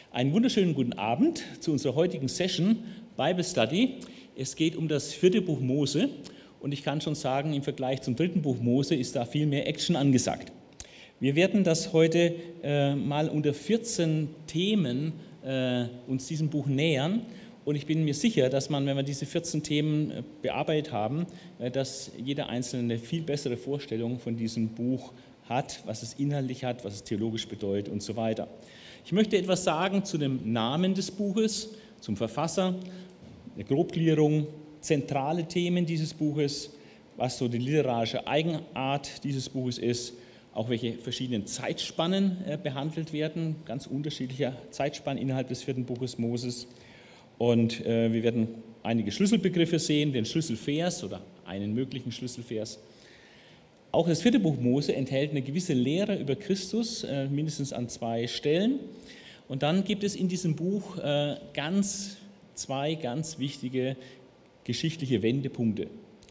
Einen wunderschönen guten Abend zu unserer heutigen Session Bible Study. Es geht um das 4. Buch Mose und ich kann schon sagen, im Vergleich zum 3. Buch Mose ist da viel mehr Action angesagt. Wir werden das heute mal unter 14 Themen uns diesem Buch nähern und ich bin mir sicher, dass man, wenn wir diese 14 Themen bearbeitet haben, dass jeder Einzelne eine viel bessere Vorstellung von diesem Buch hat, was es inhaltlich hat, was es theologisch bedeutet und so weiter. Ich möchte etwas sagen zu dem Namen des Buches, zum Verfasser, eine Grobgliederung, zentrale Themen dieses Buches, was so die literarische Eigenart dieses Buches ist, auch welche verschiedenen Zeitspannen behandelt werden, ganz unterschiedliche Zeitspannen innerhalb des 4. Buches Moses. Und wir werden einige Schlüsselbegriffe sehen, den Schlüsselvers oder einen möglichen Schlüsselvers. Auch das 4. Buch Mose enthält eine gewisse Lehre über Christus, mindestens an 2 Stellen. Und dann gibt es in diesem Buch zwei ganz wichtige geschichtliche Wendepunkte,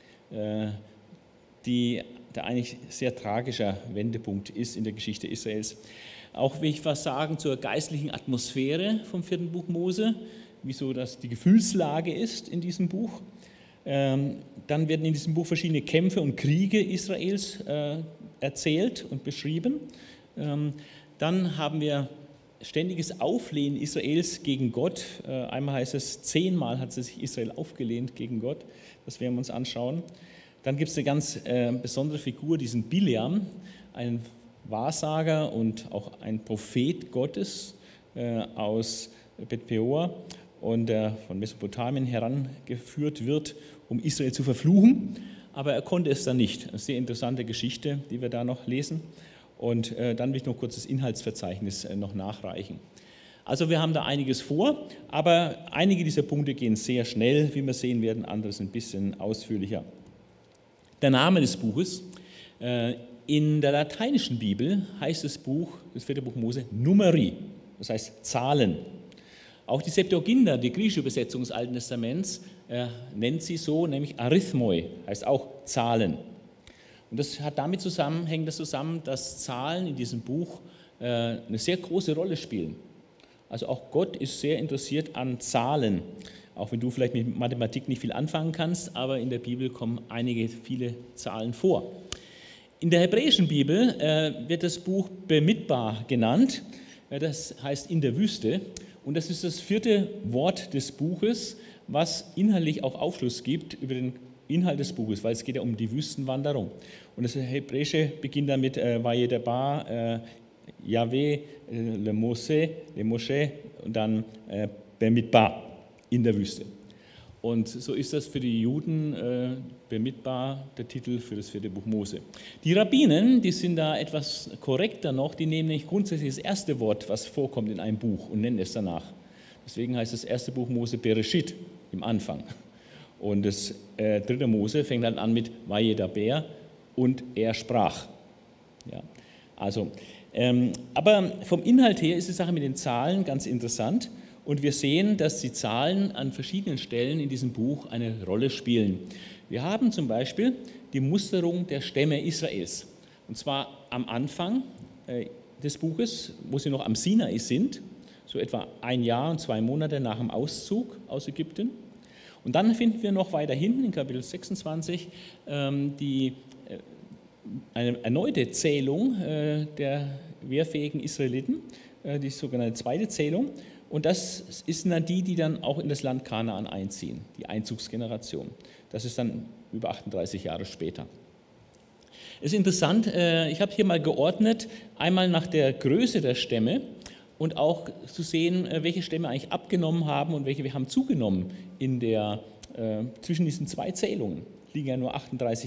der eigentlich sehr tragischer Wendepunkt ist in der Geschichte Israels. Auch will ich was sagen zur geistlichen Atmosphäre vom 4. Buch Mose, wieso das die Gefühlslage ist in diesem Buch. Dann werden in diesem Buch verschiedene Kämpfe und Kriege Israels erzählt und beschrieben. Dann haben wir ständiges Auflehnen Israels gegen Gott. Einmal heißt es, 10-mal hat sich Israel aufgelehnt gegen Gott. Das werden wir uns anschauen. Dann gibt es eine ganz besondere Figur, diesen Bileam, ein Wahrsager und auch ein Prophet Gottes aus Bet-Peor und der von Mesopotamien herangeführt wird, um Israel zu verfluchen, aber er konnte es dann nicht. Eine sehr interessante Geschichte, die wir da noch lesen. Und dann will ich noch kurz das Inhaltsverzeichnis noch nachreichen. Also wir haben da einiges vor, aber einige dieser Punkte gehen sehr schnell, wie wir sehen werden, andere sind ein bisschen ausführlicher. Der Name des Buches. In der lateinischen Bibel heißt das Buch, das 4. Buch Mose, Numeri, das heißt Zahlen. Auch die Septuaginta, die griechische Übersetzung des Alten Testaments, nennt sie so, nämlich Arithmoi, heißt auch Zahlen. Und das hängt das zusammen, dass Zahlen in diesem Buch eine sehr große Rolle spielen. Also auch Gott ist sehr interessiert an Zahlen, auch wenn du vielleicht mit Mathematik nicht viel anfangen kannst, aber in der Bibel kommen viele Zahlen vor. In der hebräischen Bibel wird das Buch Bemidbar genannt, das heißt in der Wüste. Und das ist das 4. Wort des Buches, was inhaltlich auch Aufschluss gibt über den Inhalt des Buches, weil es geht ja um die Wüstenwanderung. Und das Hebräische beginnt damit Vayedabar, Yahweh, le Moshe und dann Bemidbar in der Wüste. Und so ist das für die Juden Bemidbar der Titel für das 4. Buch Mose. Die Rabbinen, die sind da etwas korrekter noch, die nehmen nämlich grundsätzlich das erste Wort, was vorkommt in einem Buch und nennen es danach. Deswegen heißt das 1. Buch Mose Bereshit im Anfang. Und das 3. Mose fängt dann an mit Vayedaber und er sprach. Ja, also, aber vom Inhalt her ist die Sache mit den Zahlen ganz interessant. Und wir sehen, dass die Zahlen an verschiedenen Stellen in diesem Buch eine Rolle spielen. Wir haben zum Beispiel die Musterung der Stämme Israels. Und zwar am Anfang des Buches, wo sie noch am Sinai sind, so etwa 1 Jahr und 2 Monate nach dem Auszug aus Ägypten. Und dann finden wir noch weiter hinten in Kapitel 26 eine erneute Zählung der wehrfähigen Israeliten, die sogenannte zweite Zählung. Und das sind dann die dann auch in das Land Kanaan einziehen, die Einzugsgeneration. Das ist dann über 38 Jahre später. Es ist interessant, ich habe hier mal geordnet, einmal nach der Größe der Stämme und auch zu sehen, welche Stämme eigentlich abgenommen haben und welche wir haben zugenommen zwischen diesen 2 Zählungen. Liegen da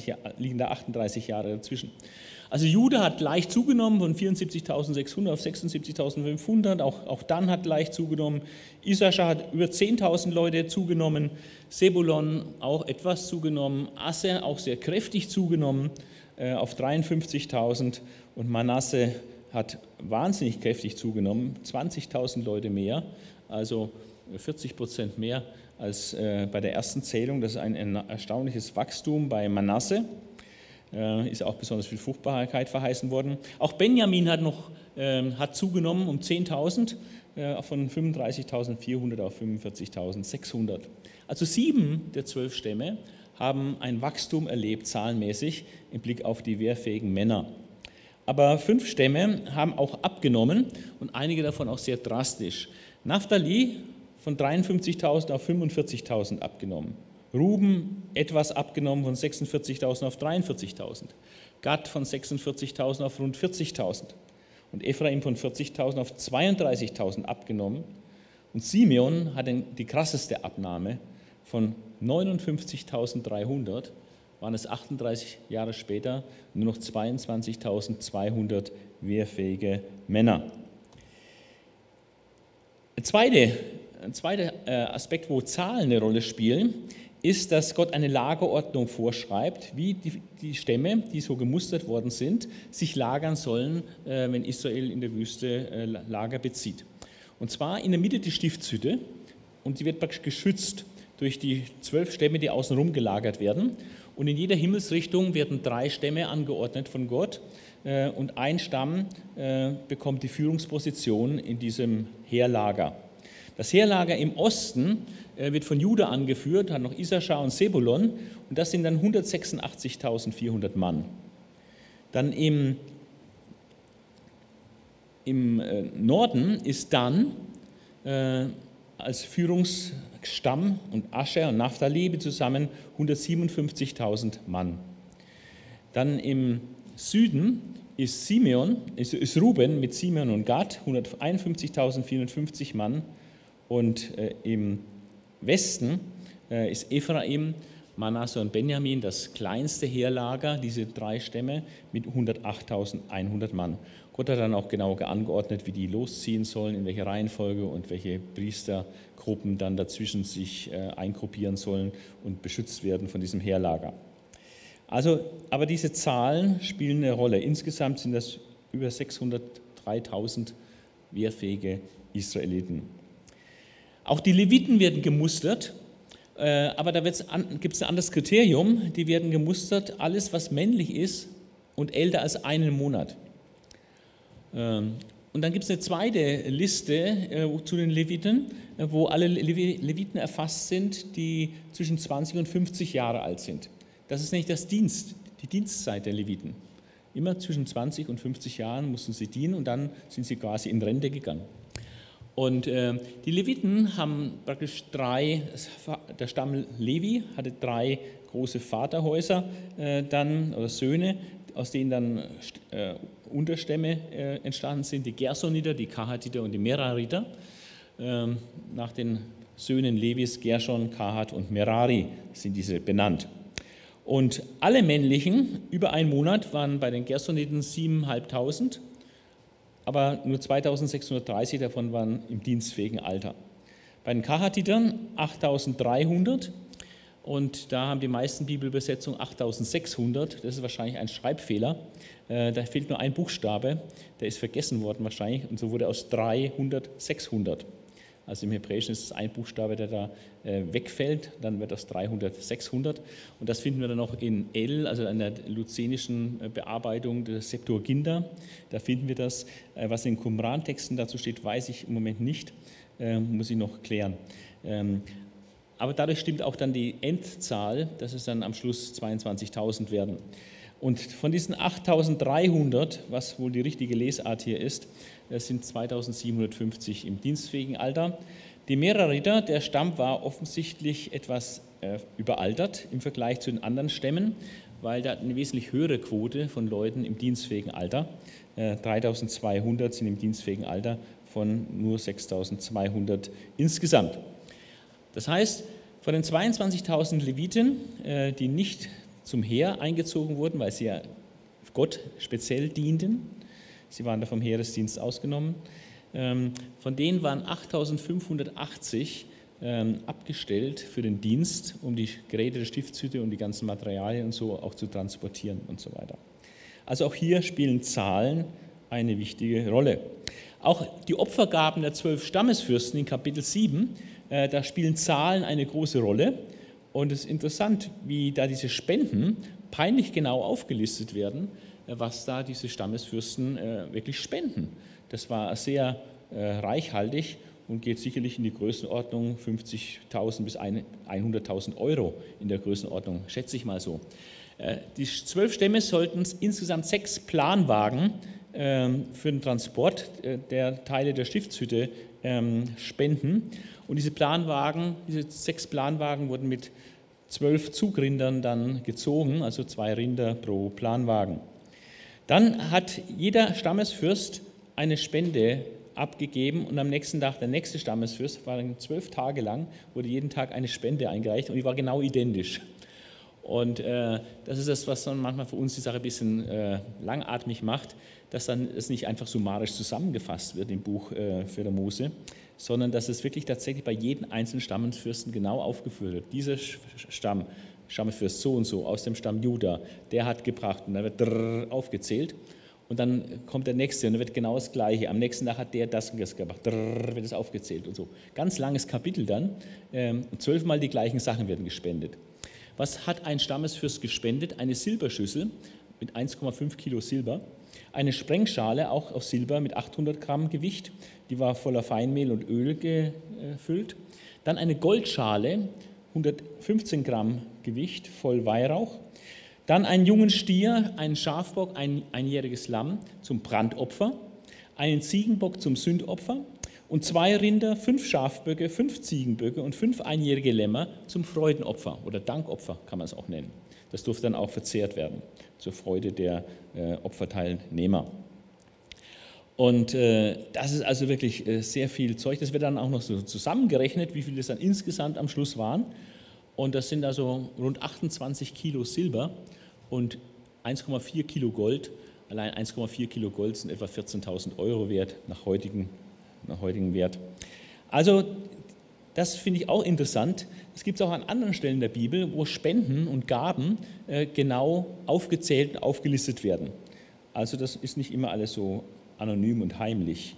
38 Jahre dazwischen. Also Juda hat leicht zugenommen von 74.600 auf 76.500, auch Dan hat leicht zugenommen. Issachar hat über 10.000 Leute zugenommen, Sebulon auch etwas zugenommen, Aser auch sehr kräftig zugenommen auf 53.000 und Manasse hat wahnsinnig kräftig zugenommen, 20.000 Leute mehr, also 40% mehr als bei der ersten Zählung. Das ist ein erstaunliches Wachstum bei Manasse. Ist auch besonders viel Fruchtbarkeit verheißen worden. Auch Benjamin hat zugenommen um 10.000 von 35.400 auf 45.600. Also 7 der 12 Stämme haben ein Wachstum erlebt, zahlenmäßig, im Blick auf die wehrfähigen Männer. Aber 5 Stämme haben auch abgenommen und einige davon auch sehr drastisch. Naphtali von 53.000 auf 45.000 abgenommen. Ruben etwas abgenommen von 46.000 auf 43.000. Gad von 46.000 auf rund 40.000. Und Ephraim von 40.000 auf 32.000 abgenommen. Und Simeon hat die krasseste Abnahme von 59.300, waren es 38 Jahre später nur noch 22.200 wehrfähige Männer. Ein zweiter Aspekt, wo Zahlen eine Rolle spielen, ist, dass Gott eine Lagerordnung vorschreibt, wie die Stämme, die so gemustert worden sind, sich lagern sollen, wenn Israel in der Wüste Lager bezieht. Und zwar in der Mitte die Stiftshütte, und die wird praktisch geschützt durch die 12 Stämme, die außenrum gelagert werden. Und in jeder Himmelsrichtung werden 3 Stämme angeordnet von Gott, und ein Stamm bekommt die Führungsposition in diesem Heerlager. Das Heerlager im Osten wird von Juda angeführt, hat noch Issachar und Sebulon, und das sind dann 186.400 Mann. Dann im Norden ist Dan als Führungsstamm und Ascher und Naphtali zusammen 157.000 Mann. Dann im Süden ist Ruben mit Simeon und Gad 151.450 Mann, und im Westen ist Ephraim, Manasse und Benjamin das kleinste Heerlager, diese 3 Stämme mit 108.100 Mann. Gott hat dann auch genau angeordnet, wie die losziehen sollen, in welcher Reihenfolge und welche Priestergruppen dann dazwischen sich eingruppieren sollen und beschützt werden von diesem Heerlager. Also, aber diese Zahlen spielen eine Rolle. Insgesamt sind das über 603.000 wehrfähige Israeliten. Auch die Leviten werden gemustert, aber da gibt es ein anderes Kriterium. Die werden gemustert, alles was männlich ist und älter als einen Monat. Und dann gibt es eine zweite Liste zu den Leviten, wo alle Leviten erfasst sind, die zwischen 20 und 50 Jahre alt sind. Das ist nämlich die Dienstzeit der Leviten. Immer zwischen 20 und 50 Jahren mussten sie dienen, und dann sind sie quasi in Rente gegangen. Und die Leviten haben praktisch der Stamm Levi hatte 3 große Vaterhäuser oder Söhne, aus denen dann Unterstämme entstanden sind, die Gersoniter, die Kahatiter und die Merariter, nach den Söhnen Levis, Gershon, Kahat und Merari sind diese benannt. Und alle männlichen über einen Monat waren bei den Gersoniten 7.500, aber nur 2.630 davon waren im dienstfähigen Alter. Bei den Kahatitern 8.300, und da haben die meisten Bibelübersetzungen 8.600. Das ist wahrscheinlich ein Schreibfehler. Da fehlt nur ein Buchstabe, der ist vergessen worden wahrscheinlich, und so wurde aus 300 600. Also im Hebräischen ist es ein Buchstabe, der da wegfällt, dann wird aus 300 600. Und das finden wir dann auch in El, also in der luzenischen Bearbeitung der Septuaginta. Da finden wir das. Was in Qumran-Texten dazu steht, weiß ich im Moment nicht, muss ich noch klären. Aber dadurch stimmt auch dann die Endzahl, dass es dann am Schluss 22.000 werden. Und von diesen 8.300, was wohl die richtige Lesart hier ist, sind 2.750 im dienstfähigen Alter. Die Merariter, der Stamm war offensichtlich etwas überaltert im Vergleich zu den anderen Stämmen, weil da eine wesentlich höhere Quote von Leuten im dienstfähigen Alter, 3.200 sind im dienstfähigen Alter von nur 6.200 insgesamt. Das heißt, von den 22.000 Leviten, die nicht zum Heer eingezogen wurden, weil sie ja Gott speziell dienten, sie waren da vom Heeresdienst ausgenommen, von denen waren 8.580 abgestellt für den Dienst, um die Geräte der Stiftshütte und die ganzen Materialien und so auch zu transportieren und so weiter. Also auch hier spielen Zahlen eine wichtige Rolle. Auch die Opfergaben der 12 Stammesfürsten in Kapitel 7, da spielen Zahlen eine große Rolle. Und es ist interessant, wie da diese Spenden peinlich genau aufgelistet werden, was da diese Stammesfürsten wirklich spenden. Das war sehr reichhaltig und geht sicherlich in die Größenordnung 50.000 bis 100.000 Euro in der Größenordnung, schätze ich mal so. Die 12 Stämme sollten insgesamt 6 Planwagen für den Transport der Teile der Stiftshütte spenden. Und diese 6 Planwagen wurden mit 12 Zugrindern dann gezogen, also 2 Rinder pro Planwagen. Dann hat jeder Stammesfürst eine Spende abgegeben und am nächsten Tag der nächste Stammesfürst, war dann 12 Tage lang, wurde jeden Tag eine Spende eingereicht und die war genau identisch. Und das ist das, was dann manchmal für uns die Sache ein bisschen langatmig macht, dass dann es nicht einfach summarisch zusammengefasst wird im Buch 4. Mose, sondern dass es wirklich tatsächlich bei jedem einzelnen Stammesfürsten genau aufgeführt wird. Dieser Stammesfürst so und so aus dem Stamm Juda, der hat gebracht und dann wird aufgezählt. Und dann kommt der Nächste und dann wird genau das Gleiche. Am nächsten Tag hat der das und das gemacht, wird es aufgezählt und so. Ganz langes Kapitel dann. 12 Mal die gleichen Sachen werden gespendet. Was hat ein Stammesfürst gespendet? Eine Silberschüssel mit 1,5 Kilo Silber. Eine Sprengschale, auch aus Silber, mit 800 Gramm Gewicht. Die war voller Feinmehl und Öl gefüllt. Dann eine Goldschale, 115 Gramm Gewicht, voll Weihrauch. Dann einen jungen Stier, einen Schafbock, ein einjähriges Lamm zum Brandopfer, einen Ziegenbock zum Sündopfer und 2 Rinder, 5 Schafböcke, 5 Ziegenböcke und 5 einjährige Lämmer zum Freudenopfer oder Dankopfer kann man es auch nennen. Das durfte dann auch verzehrt werden, zur Freude der Opferteilnehmer. Und das ist also wirklich sehr viel Zeug. Das wird dann auch noch so zusammengerechnet, wie viel das dann insgesamt am Schluss waren. Und das sind also rund 28 Kilo Silber und 1,4 Kilo Gold. Allein 1,4 Kilo Gold sind etwa 14.000 Euro wert nach heutigem Wert. Also das finde ich auch interessant. Es gibt es auch an anderen Stellen der Bibel, wo Spenden und Gaben genau aufgezählt und aufgelistet werden. Also das ist nicht immer alles so anonym und heimlich.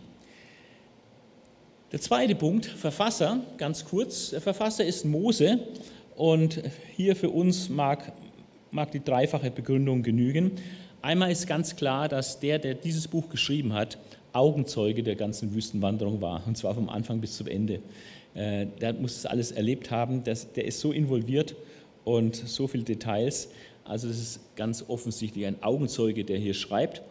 Der zweite Punkt, Verfasser, ganz kurz. Der Verfasser ist Mose. Und hier für uns mag die dreifache Begründung genügen. Einmal ist ganz klar, dass der dieses Buch geschrieben hat, Augenzeuge der ganzen Wüstenwanderung war, und zwar vom Anfang bis zum Ende. Der muss das alles erlebt haben, der ist so involviert und so viele Details. Also das ist ganz offensichtlich ein Augenzeuge, der hier schreibt.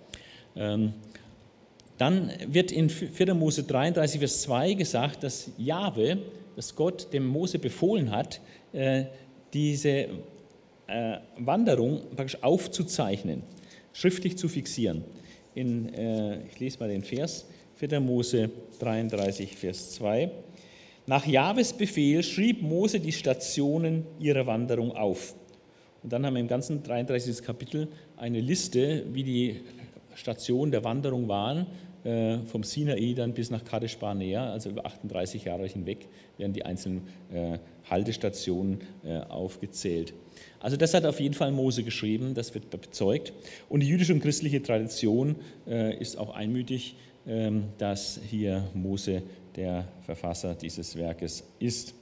Dann wird in 4. Mose 33, Vers 2 gesagt, dass Jahwe, dass Gott dem Mose befohlen hat, diese Wanderung praktisch aufzuzeichnen, schriftlich zu fixieren. Ich lese mal den Vers, 4. Mose 33, Vers 2. Nach Jahwes Befehl schrieb Mose die Stationen ihrer Wanderung auf. Und dann haben wir im ganzen 33. Kapitel eine Liste, wie die Stationen der Wanderung waren, vom Sinai dann bis nach Kadesh Barnea, also über 38 Jahre hinweg, werden die einzelnen Haltestationen aufgezählt. Also das hat auf jeden Fall Mose geschrieben, das wird bezeugt. Und die jüdische und christliche Tradition ist auch einmütig, dass hier Mose der Verfasser dieses Werkes ist.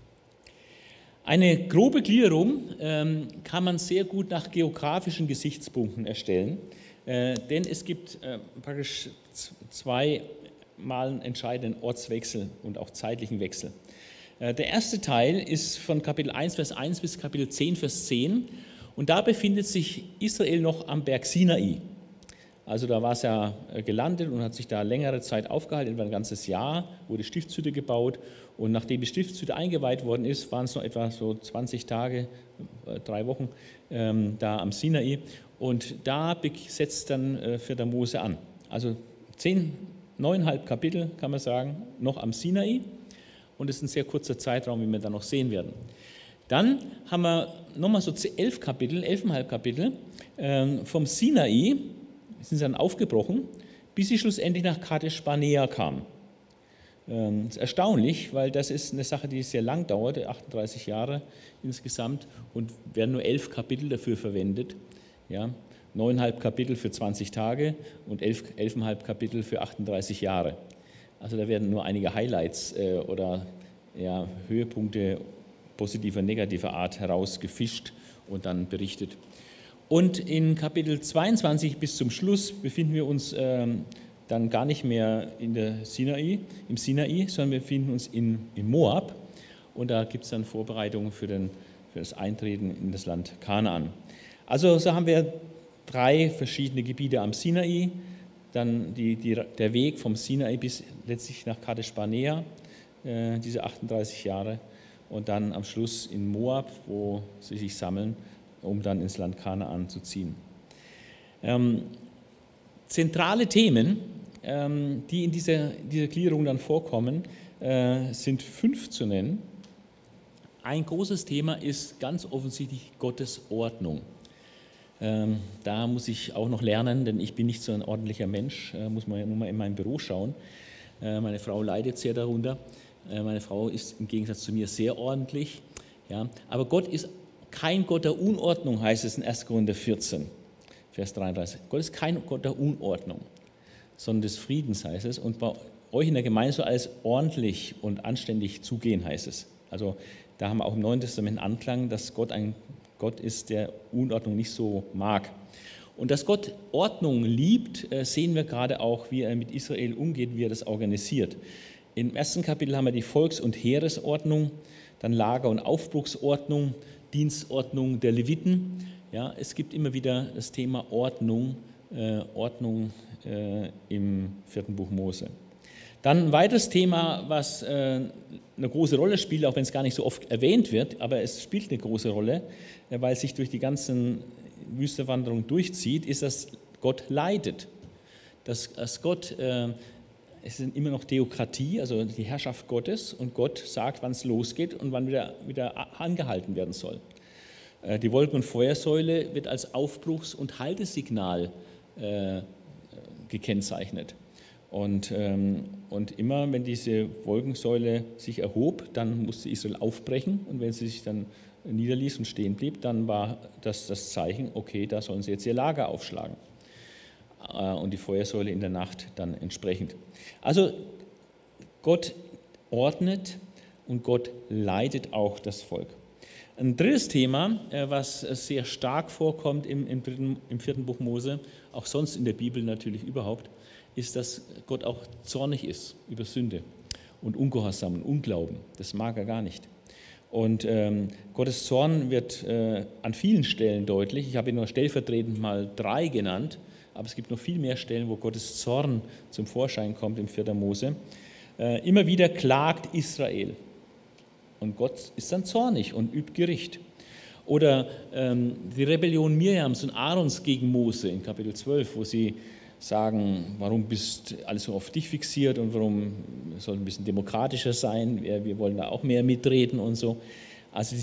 Eine grobe Gliederung kann man sehr gut nach geografischen Gesichtspunkten erstellen. Denn es gibt praktisch 2 Mal einen entscheidenden Ortswechsel und auch zeitlichen Wechsel. Der erste Teil ist von Kapitel 1, Vers 1 bis Kapitel 10, Vers 10 und da befindet sich Israel noch am Berg Sinai. Also da war es ja gelandet und hat sich da längere Zeit aufgehalten, etwa ein ganzes Jahr, wurde Stiftshütte gebaut und nachdem die Stiftshütte eingeweiht worden ist, waren es noch etwa so 20 Tage, 3 Wochen da am Sinai. Und da setzt dann 4. Mose an. Also 9,5 Kapitel, kann man sagen, noch am Sinai. Und es ist ein sehr kurzer Zeitraum, wie wir dann noch sehen werden. Dann haben wir nochmal so 11,5 Kapitel vom Sinai, sind sie dann aufgebrochen, bis sie schlussendlich nach Kadesh Barnea kamen. Das ist erstaunlich, weil das ist eine Sache, die sehr lang dauert, 38 Jahre insgesamt, und werden nur 11 Kapitel dafür verwendet. Ja, 9,5 Kapitel für 20 Tage und 11,5 Kapitel für 38 Jahre. Also da werden nur einige Highlights oder Höhepunkte positiver, negativer Art herausgefischt und dann berichtet. Und in Kapitel 22 bis zum Schluss befinden wir uns dann gar nicht mehr im Sinai, sondern wir befinden uns in Moab. Und da gibt es dann Vorbereitungen für das Eintreten in das Land Kanaan. Also so haben wir 3 verschiedene Gebiete am Sinai, dann der Weg vom Sinai bis letztlich nach Kadesh Barnea, diese 38 Jahre, und dann am Schluss in Moab, wo sie sich sammeln, um dann ins Land Kanaan zu ziehen. Zentrale Themen, die in dieser Gliederung dann vorkommen, sind 5 zu nennen. Ein großes Thema ist ganz offensichtlich Gottes Ordnung. Da muss ich auch noch lernen, denn ich bin nicht so ein ordentlicher Mensch, muss man ja nur mal in meinem Büro schauen. Meine Frau leidet sehr darunter. Meine Frau ist im Gegensatz zu mir sehr ordentlich. Ja. Aber Gott ist kein Gott der Unordnung, heißt es in 1. Korinther 14, Vers 33. Gott ist kein Gott der Unordnung, sondern des Friedens, heißt es. Und bei euch in der Gemeinde soll alles ordentlich und anständig zugehen, heißt es. Also da haben wir auch im Neuen Testament Anklang, dass Gott ein Gott ist, der Unordnung nicht so mag. Und dass Gott Ordnung liebt, sehen wir gerade auch, wie er mit Israel umgeht, wie er das organisiert. Im 1. Kapitel haben wir die Volks- und Heeresordnung, dann Lager- und Aufbruchsordnung, Dienstordnung der Leviten. Ja, es gibt immer wieder das Thema Ordnung im 4. Buch Mose. Dann ein weiteres Thema, was eine große Rolle spielt, auch wenn es gar nicht so oft erwähnt wird, aber es spielt eine große Rolle, weil es sich durch die ganzen Wüstenwanderungen durchzieht, ist, dass Gott leidet. Dass Gott, es ist immer noch Theokratie, also die Herrschaft Gottes, und Gott sagt, wann es losgeht und wann wieder angehalten werden soll. Die Wolken- und Feuersäule wird als Aufbruchs- und Haltesignal gekennzeichnet. Und immer, wenn diese Wolkensäule sich erhob, dann musste Israel aufbrechen. Und wenn sie sich dann niederließ und stehen blieb, dann war das Zeichen, okay, da sollen sie jetzt ihr Lager aufschlagen. Und die Feuersäule in der Nacht dann entsprechend. Also Gott ordnet und Gott leitet auch das Volk. Ein drittes Thema, was sehr stark vorkommt im 4. Buch Mose, auch sonst in der Bibel natürlich überhaupt, ist, dass Gott auch zornig ist über Sünde und Ungehorsam und Unglauben. Das mag er gar nicht. Und Gottes Zorn wird an vielen Stellen deutlich. Ich habe ihn nur stellvertretend mal 3 genannt, aber es gibt noch viel mehr Stellen, wo Gottes Zorn zum Vorschein kommt im 4. Mose. Immer wieder klagt Israel und Gott ist dann zornig und übt Gericht. Oder die Rebellion Mirjams und Aarons gegen Mose in Kapitel 12, wo sie sagen, warum bist alles so auf dich fixiert und warum soll ein bisschen demokratischer sein, wir wollen da auch mehr mitreden und so. Also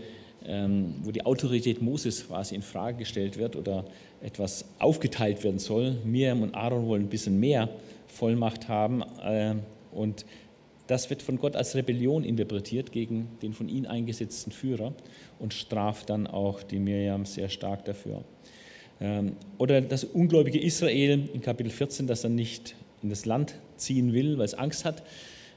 wo die Autorität Moses quasi in Frage gestellt wird oder etwas aufgeteilt werden soll. Mirjam und Aaron wollen ein bisschen mehr Vollmacht haben und das wird von Gott als Rebellion interpretiert gegen den von ihm eingesetzten Führer und straft dann auch die Mirjam sehr stark dafür. Oder das ungläubige Israel in Kapitel 14, das dann nicht in das Land ziehen will, weil es Angst hat,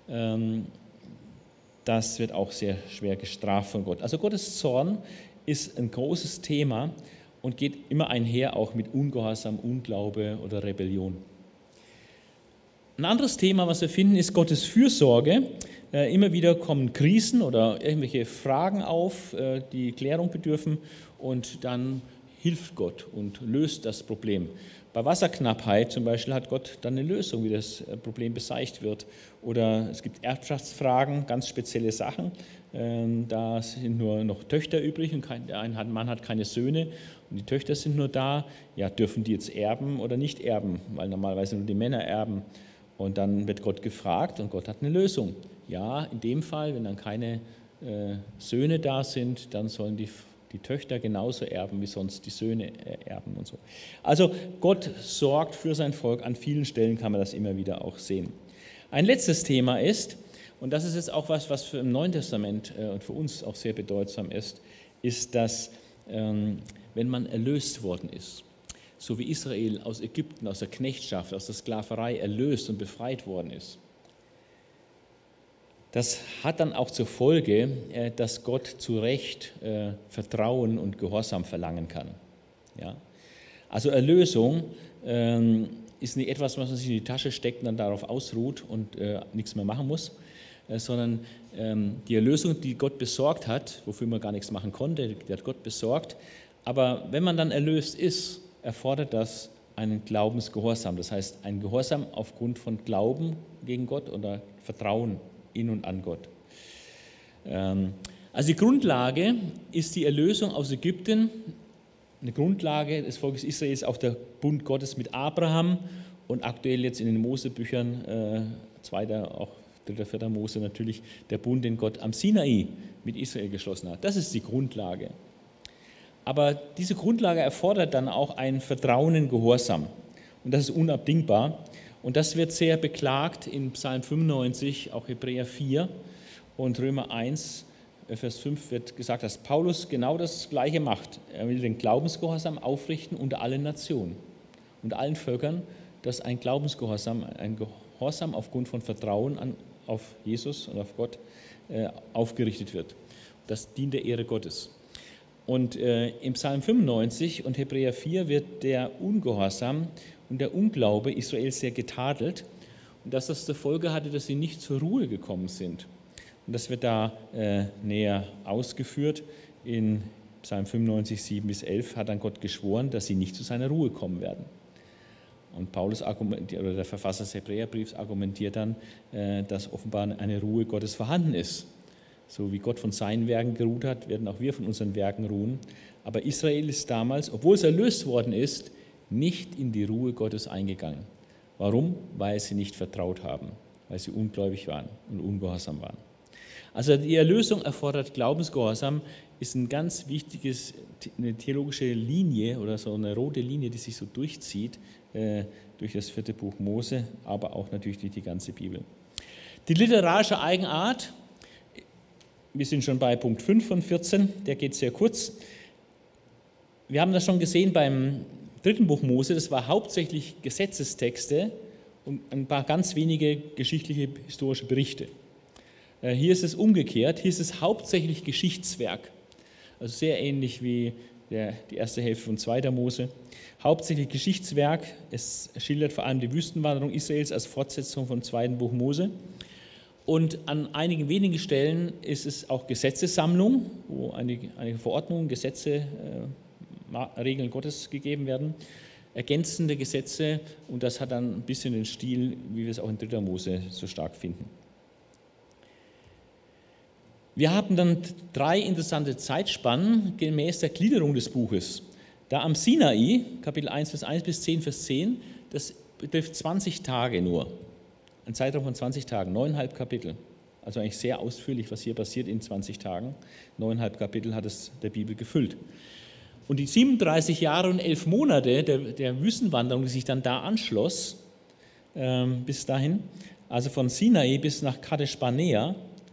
das wird auch sehr schwer gestraft von Gott. Also Gottes Zorn ist ein großes Thema und geht immer einher auch mit Ungehorsam, Unglaube oder Rebellion. Ein anderes Thema, was wir finden, ist Gottes Fürsorge. Immer wieder kommen Krisen oder irgendwelche Fragen auf, die Klärung bedürfen, und dann hilft Gott und löst das Problem. Bei Wasserknappheit zum Beispiel hat Gott dann eine Lösung, wie das Problem beseitigt wird. Oder es gibt Erbschaftsfragen, ganz spezielle Sachen. Da sind nur noch Töchter übrig und ein Mann hat keine Söhne und die Töchter sind nur da. Ja, dürfen die jetzt erben oder nicht erben? Weil normalerweise nur die Männer erben. Und dann wird Gott gefragt und Gott hat eine Lösung. Ja, in dem Fall, wenn dann keine Söhne da sind, dann sollen die Töchter genauso erben, wie sonst die Söhne erben und so. Also Gott sorgt für sein Volk. An vielen Stellen kann man das immer wieder auch sehen. Ein letztes Thema ist, und das ist jetzt auch was für im Neuen Testament und für uns auch sehr bedeutsam ist, dass wenn man erlöst worden ist, so wie Israel aus Ägypten, aus der Knechtschaft, aus der Sklaverei erlöst und befreit worden ist, das hat dann auch zur Folge, dass Gott zu Recht Vertrauen und Gehorsam verlangen kann. Ja? Also Erlösung ist nicht etwas, was man sich in die Tasche steckt und dann darauf ausruht und nichts mehr machen muss, sondern die Erlösung, die Gott besorgt hat, wofür man gar nichts machen konnte, die hat Gott besorgt. Aber wenn man dann erlöst ist, erfordert das einen Glaubensgehorsam. Das heißt, ein Gehorsam aufgrund von Glauben gegen Gott oder Vertrauen in und an Gott. Also die Grundlage ist die Erlösung aus Ägypten. Eine Grundlage des Volkes Israel ist auch der Bund Gottes mit Abraham und aktuell jetzt in den Mosebüchern, 2., auch 3., 4. Mose natürlich, der Bund, den Gott am Sinai mit Israel geschlossen hat. Das ist die Grundlage. Aber diese Grundlage erfordert dann auch ein Vertrauen in Gehorsam. Und das ist unabdingbar. Und das wird sehr beklagt in Psalm 95, auch Hebräer 4 und Römer 1, Vers 5 wird gesagt, dass Paulus genau das Gleiche macht. Er will den Glaubensgehorsam aufrichten unter allen Nationen, unter allen Völkern, dass ein Glaubensgehorsam, ein Gehorsam aufgrund von Vertrauen auf Jesus und auf Gott aufgerichtet wird. Das dient der Ehre Gottes. Und im Psalm 95 und Hebräer 4 wird der Ungehorsam und der Unglaube Israels sehr getadelt und dass das zur Folge hatte, dass sie nicht zur Ruhe gekommen sind. Und das wird da näher ausgeführt. In Psalm 95, 7-11 hat dann Gott geschworen, dass sie nicht zu seiner Ruhe kommen werden. Und Paulus argumentiert, oder der Verfasser des Hebräerbriefs argumentiert dann, dass offenbar eine Ruhe Gottes vorhanden ist. So wie Gott von seinen Werken geruht hat, werden auch wir von unseren Werken ruhen. Aber Israel ist damals, obwohl es erlöst worden ist, nicht in die Ruhe Gottes eingegangen. Warum? Weil sie nicht vertraut haben, weil sie ungläubig waren und ungehorsam waren. Also die Erlösung erfordert Glaubensgehorsam, ist ein ganz wichtiges, eine theologische Linie oder so eine rote Linie, die sich so durchzieht durch das 4. Buch Mose, aber auch natürlich durch die ganze Bibel. Die literarische Eigenart, wir sind schon bei Punkt 5 von 14, der geht sehr kurz. Wir haben das schon gesehen beim 3. Buch Mose, das war hauptsächlich Gesetzestexte und ein paar ganz wenige geschichtliche, historische Berichte. Hier ist es umgekehrt, hier ist es hauptsächlich Geschichtswerk, also sehr ähnlich wie die erste Hälfte von 2. Mose. Hauptsächlich Geschichtswerk, es schildert vor allem die Wüstenwanderung Israels als Fortsetzung vom 2. Buch Mose. Und an einigen wenigen Stellen ist es auch Gesetzessammlung, wo einige Verordnungen, Gesetze, Regeln Gottes gegeben werden, ergänzende Gesetze, und das hat dann ein bisschen den Stil, wie wir es auch in 3. Mose so stark finden. Wir haben dann 3 interessante Zeitspannen gemäß der Gliederung des Buches. Da am Sinai, Kapitel 1, Vers 1 bis 10, Vers 10, das betrifft 20 Tage nur. Ein Zeitraum von 20 Tagen, 9,5 Kapitel. Also eigentlich sehr ausführlich, was hier passiert in 20 Tagen. 9,5 Kapitel hat es der Bibel gefüllt. Und die 37 Jahre und 11 Monate der Wüstenwanderung, die sich dann da anschloss, bis dahin, also von Sinai bis nach Kadesh Barnea,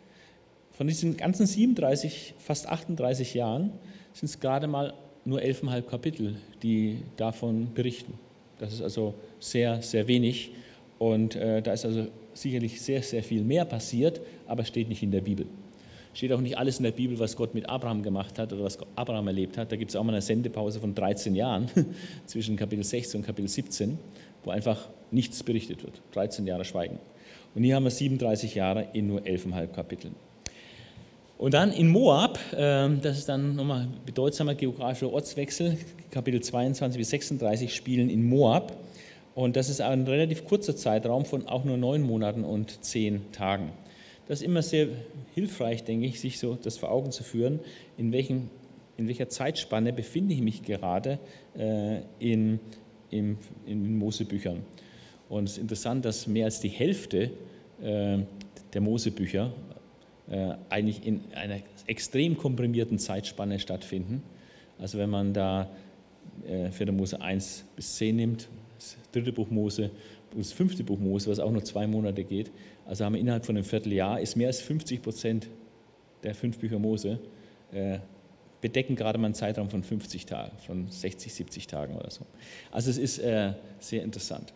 von diesen ganzen 37, fast 38 Jahren, sind es gerade mal nur 11,5 Kapitel, die davon berichten. Das ist also sehr, sehr wenig. Und da ist also sicherlich sehr, sehr viel mehr passiert, aber steht nicht in der Bibel. Steht auch nicht alles in der Bibel, was Gott mit Abraham gemacht hat oder was Abraham erlebt hat. Da gibt es auch mal eine Sendepause von 13 Jahren zwischen Kapitel 16 und Kapitel 17, wo einfach nichts berichtet wird. 13 Jahre Schweigen. Und hier haben wir 37 Jahre in nur 11,5 Kapiteln. Und dann in Moab, das ist dann nochmal ein bedeutsamer geografischer Ortswechsel, Kapitel 22 bis 36 spielen in Moab. Und das ist ein relativ kurzer Zeitraum von auch nur 9 Monaten und 10 Tagen. Das ist immer sehr hilfreich, denke ich, sich so das vor Augen zu führen, in welcher Zeitspanne befinde ich mich gerade in Mosebüchern. Und es ist interessant, dass mehr als die Hälfte der Mosebücher eigentlich in einer extrem komprimierten Zeitspanne stattfinden. Also wenn man da 4. Mose 1 bis 10 nimmt, das 3. Buch Mose und das 5. Buch Mose, was auch nur 2 Monate geht, also haben wir innerhalb von einem Vierteljahr, ist mehr als 50% der 5 Bücher Mose bedecken gerade mal einen Zeitraum von 50 Tagen, von 60, 70 Tagen oder so. Also es ist sehr interessant.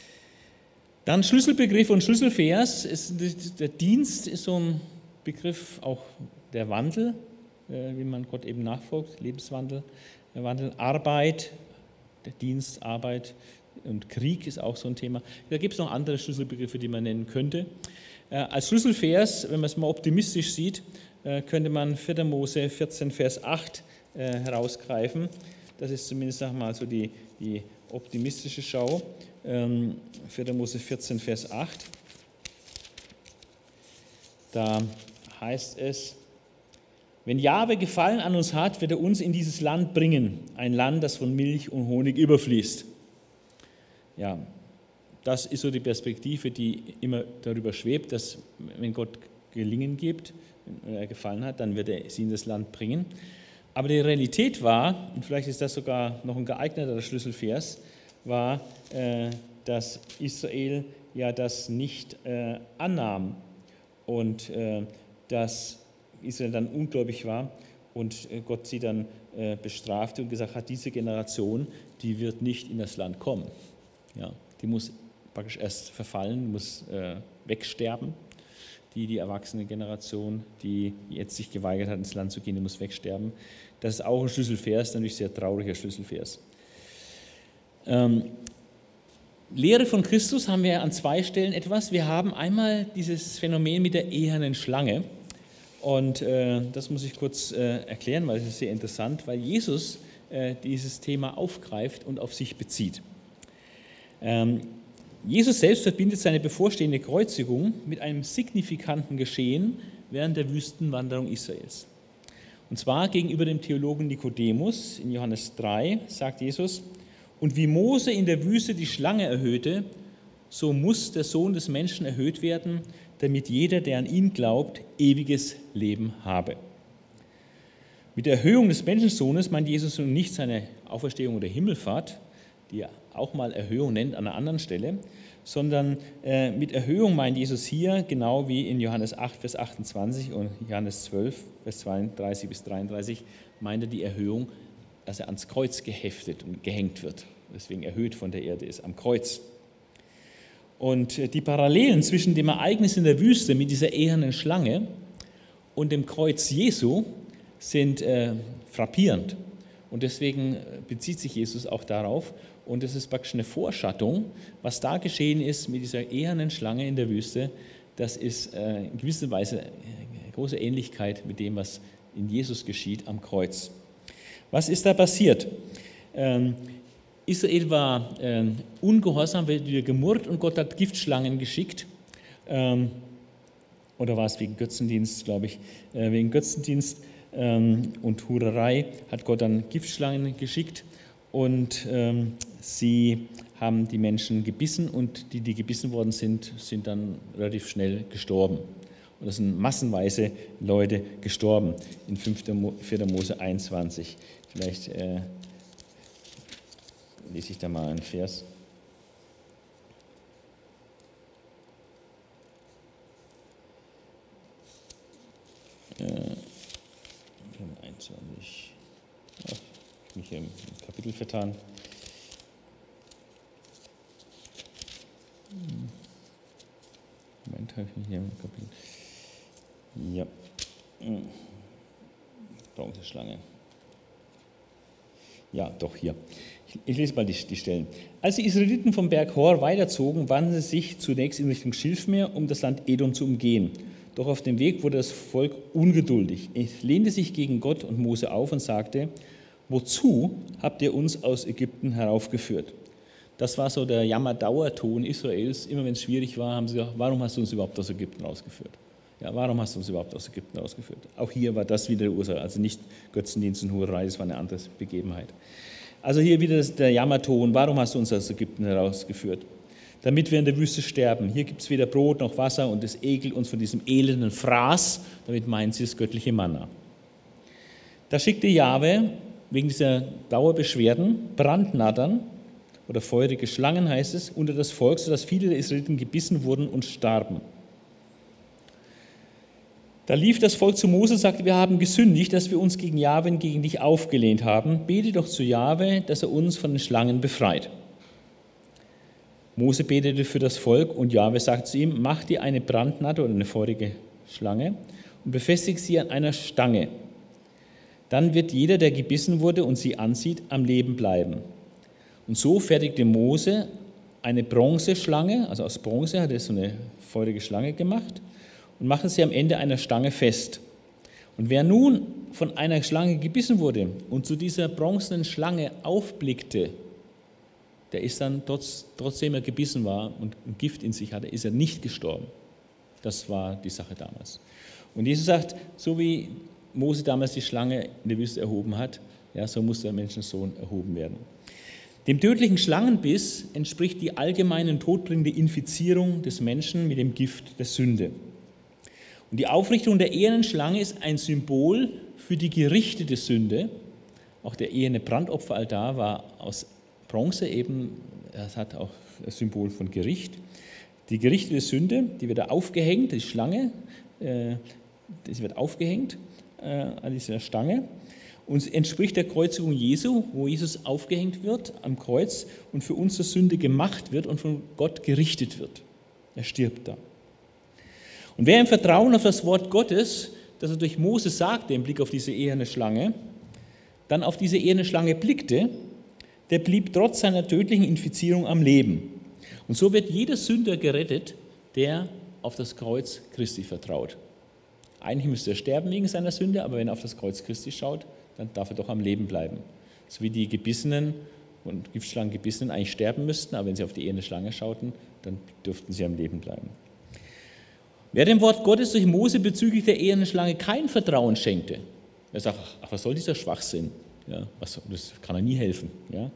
Dann Schlüsselbegriff und Schlüsselvers. Der Dienst ist so ein Begriff, auch der Wandel, wie man Gott eben nachfolgt, Lebenswandel, der Wandel, Arbeit, der Dienst, Arbeit, und Krieg ist auch so ein Thema. Da gibt es noch andere Schlüsselbegriffe, die man nennen könnte. Als Schlüsselvers, wenn man es mal optimistisch sieht, könnte man 4. Mose 14, Vers 8 herausgreifen. Das ist zumindest mal so die optimistische Schau. 4. Mose 14, Vers 8. Da heißt es: Wenn Jahwe Gefallen an uns hat, wird er uns in dieses Land bringen, ein Land, das von Milch und Honig überfließt. Ja, das ist so die Perspektive, die immer darüber schwebt, dass wenn Gott Gelingen gibt, wenn er Gefallen hat, dann wird er sie in das Land bringen. Aber die Realität war, und vielleicht ist das sogar noch ein geeigneter Schlüsselvers, war, dass Israel ja das nicht annahm und dass Israel dann ungläubig war und Gott sie dann bestrafte und gesagt hat, diese Generation, die wird nicht in das Land kommen. Ja, die muss praktisch erst verfallen, muss wegsterben. Die erwachsene Generation, die jetzt sich geweigert hat, ins Land zu gehen, die muss wegsterben. Das ist auch ein Schlüsselvers, natürlich ein sehr trauriger Schlüsselvers. Lehre von Christus haben wir an 2 Stellen etwas. Wir haben einmal dieses Phänomen mit der ehernen Schlange. Und das muss ich kurz erklären, weil es ist sehr interessant, weil Jesus dieses Thema aufgreift und auf sich bezieht. Jesus selbst verbindet seine bevorstehende Kreuzigung mit einem signifikanten Geschehen während der Wüstenwanderung Israels. Und zwar gegenüber dem Theologen Nikodemus in Johannes 3 sagt Jesus: Und wie Mose in der Wüste die Schlange erhöhte, so muss der Sohn des Menschen erhöht werden, damit jeder, der an ihn glaubt, ewiges Leben habe. Mit der Erhöhung des Menschensohnes meint Jesus nun nicht seine Auferstehung oder Himmelfahrt, die er auch mal Erhöhung nennt an einer anderen Stelle, sondern mit Erhöhung meint Jesus hier, genau wie in Johannes 8, Vers 28 und Johannes 12, Vers 32 bis 33, meint er die Erhöhung, dass er ans Kreuz geheftet und gehängt wird, deswegen erhöht von der Erde ist, am Kreuz. Und die Parallelen zwischen dem Ereignis in der Wüste mit dieser ehernen Schlange und dem Kreuz Jesu sind frappierend. Und deswegen bezieht sich Jesus auch darauf. Und es ist praktisch eine Vorschattung, was da geschehen ist mit dieser ehernen Schlange in der Wüste. Das ist in gewisser Weise eine große Ähnlichkeit mit dem, was in Jesus geschieht am Kreuz. Was ist da passiert? Israel war ungehorsam, wird wieder gemurrt und Gott hat Giftschlangen geschickt. Oder war es wegen Götzendienst, glaube ich, wegen Götzendienst und Hurerei hat Gott dann Giftschlangen geschickt und sie haben die Menschen gebissen und die gebissen worden sind, sind dann relativ schnell gestorben. Und es sind massenweise Leute gestorben in 4. Mose 21. Vielleicht lese ich da mal einen Vers. Ja, 21. Ach, ich habe mich hier im Kapitel vertan. Moment, habe ich mich hier im Kapitel. Ja. Bronzeschlange. Ja, doch, hier. Ich lese mal die Stellen. Als die Israeliten vom Berg Hor weiterzogen, wandten sie sich zunächst in Richtung Schilfmeer, um das Land Edom zu umgehen. Doch auf dem Weg wurde das Volk ungeduldig. Es lehnte sich gegen Gott und Mose auf und sagte: Wozu habt ihr uns aus Ägypten heraufgeführt? Das war so der Jammerdauerton Israels. Immer wenn es schwierig war, haben sie gesagt: Warum hast du uns überhaupt aus Ägypten rausgeführt? Ja, warum hast du uns überhaupt aus Ägypten rausgeführt? Auch hier war das wieder die Ursache, also nicht Götzendienst und Hurerei, das war eine andere Begebenheit. Also hier wieder der Jammerton: Warum hast du uns aus Ägypten herausgeführt? Damit wir in der Wüste sterben. Hier gibt es weder Brot noch Wasser und es ekelt uns von diesem elenden Fraß. Damit meinen sie das göttliche Manna. Da schickte Jahwe wegen dieser Dauerbeschwerden Brandnattern oder feurige Schlangen, heißt es, unter das Volk, sodass viele der Israeliten gebissen wurden und starben. Da lief das Volk zu Mose und sagte: Wir haben gesündigt, dass wir uns gegen Jahwe und gegen dich aufgelehnt haben. Bete doch zu Jahwe, dass er uns von den Schlangen befreit. Mose betete für das Volk und Jahwe sagt zu ihm: Mach dir eine Brandnatter oder eine feurige Schlange und befestige sie an einer Stange. Dann wird jeder, der gebissen wurde und sie ansieht, am Leben bleiben. Und so fertigte Mose eine Bronzeschlange, also aus Bronze hat er so eine feurige Schlange gemacht und machte sie am Ende einer Stange fest. Und wer nun von einer Schlange gebissen wurde und zu dieser bronzenen Schlange aufblickte, der ist dann, trotzdem er gebissen war und Gift in sich hatte, ist er nicht gestorben. Das war die Sache damals. Und Jesus sagt, so wie Mose damals die Schlange in der Wüste erhoben hat, ja, so muss der Menschensohn erhoben werden. Dem tödlichen Schlangenbiss entspricht die allgemeine todbringende Infizierung des Menschen mit dem Gift der Sünde. Und die Aufrichtung der ehernen Schlange ist ein Symbol für die gerichtete Sünde. Auch der eherne Brandopferaltar war aus Bronze eben, das hat auch das Symbol von Gericht. Die gerichtete Sünde, die wird da aufgehängt, die Schlange, die wird aufgehängt an dieser Stange. Und es entspricht der Kreuzigung Jesu, wo Jesus aufgehängt wird am Kreuz und für unsere Sünde gemacht wird und von Gott gerichtet wird. Er stirbt da. Und wer im Vertrauen auf das Wort Gottes, das er durch Mose sagte, im Blick auf diese eherne Schlange, dann auf diese eherne Schlange blickte, der blieb trotz seiner tödlichen Infizierung am Leben. Und so wird jeder Sünder gerettet, der auf das Kreuz Christi vertraut. Eigentlich müsste er sterben wegen seiner Sünde, aber wenn er auf das Kreuz Christi schaut, dann darf er doch am Leben bleiben. So wie die Gebissenen und Giftschlangen Gebissenen eigentlich sterben müssten, aber wenn sie auf die eherne Schlange schauten, dann dürften sie am Leben bleiben. Wer dem Wort Gottes durch Mose bezüglich der ehernen Schlange kein Vertrauen schenkte, er sagt, ach, was soll dieser Schwachsinn? Ja, das kann er nie helfen. Ja?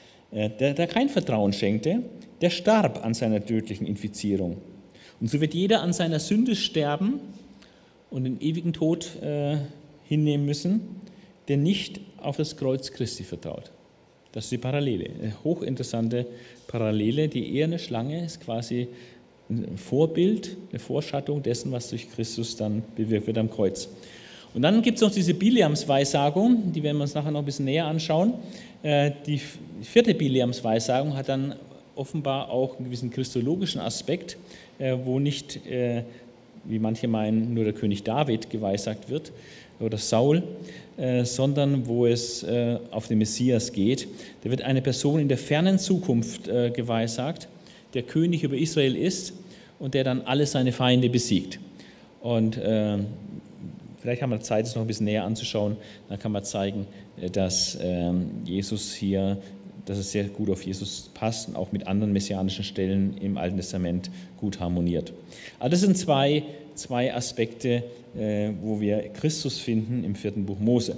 Der kein Vertrauen schenkte, der starb an seiner tödlichen Infizierung. Und so wird jeder an seiner Sünde sterben und den ewigen Tod hinnehmen müssen, der nicht auf das Kreuz Christi vertraut. Das ist die Parallele, eine hochinteressante Parallele. Die eherne Schlange ist quasi ein Vorbild, eine Vorschattung dessen, was durch Christus dann bewirkt wird am Kreuz. Und dann gibt es noch diese Bileams-Weissagung, die werden wir uns nachher noch ein bisschen näher anschauen. Die vierte Bileams-Weissagung hat dann offenbar auch einen gewissen christologischen Aspekt, wo nicht, wie manche meinen, nur der König David geweissagt wird oder Saul, sondern wo es auf den Messias geht. Da wird eine Person in der fernen Zukunft geweissagt, der König über Israel ist und der dann alle seine Feinde besiegt. Und vielleicht haben wir Zeit, es noch ein bisschen näher anzuschauen. Dann kann man zeigen, dass Jesus hier, dass es sehr gut auf Jesus passt und auch mit anderen messianischen Stellen im Alten Testament gut harmoniert. Aber das sind zwei Aspekte, wo wir Christus finden im 4. Buch Mose.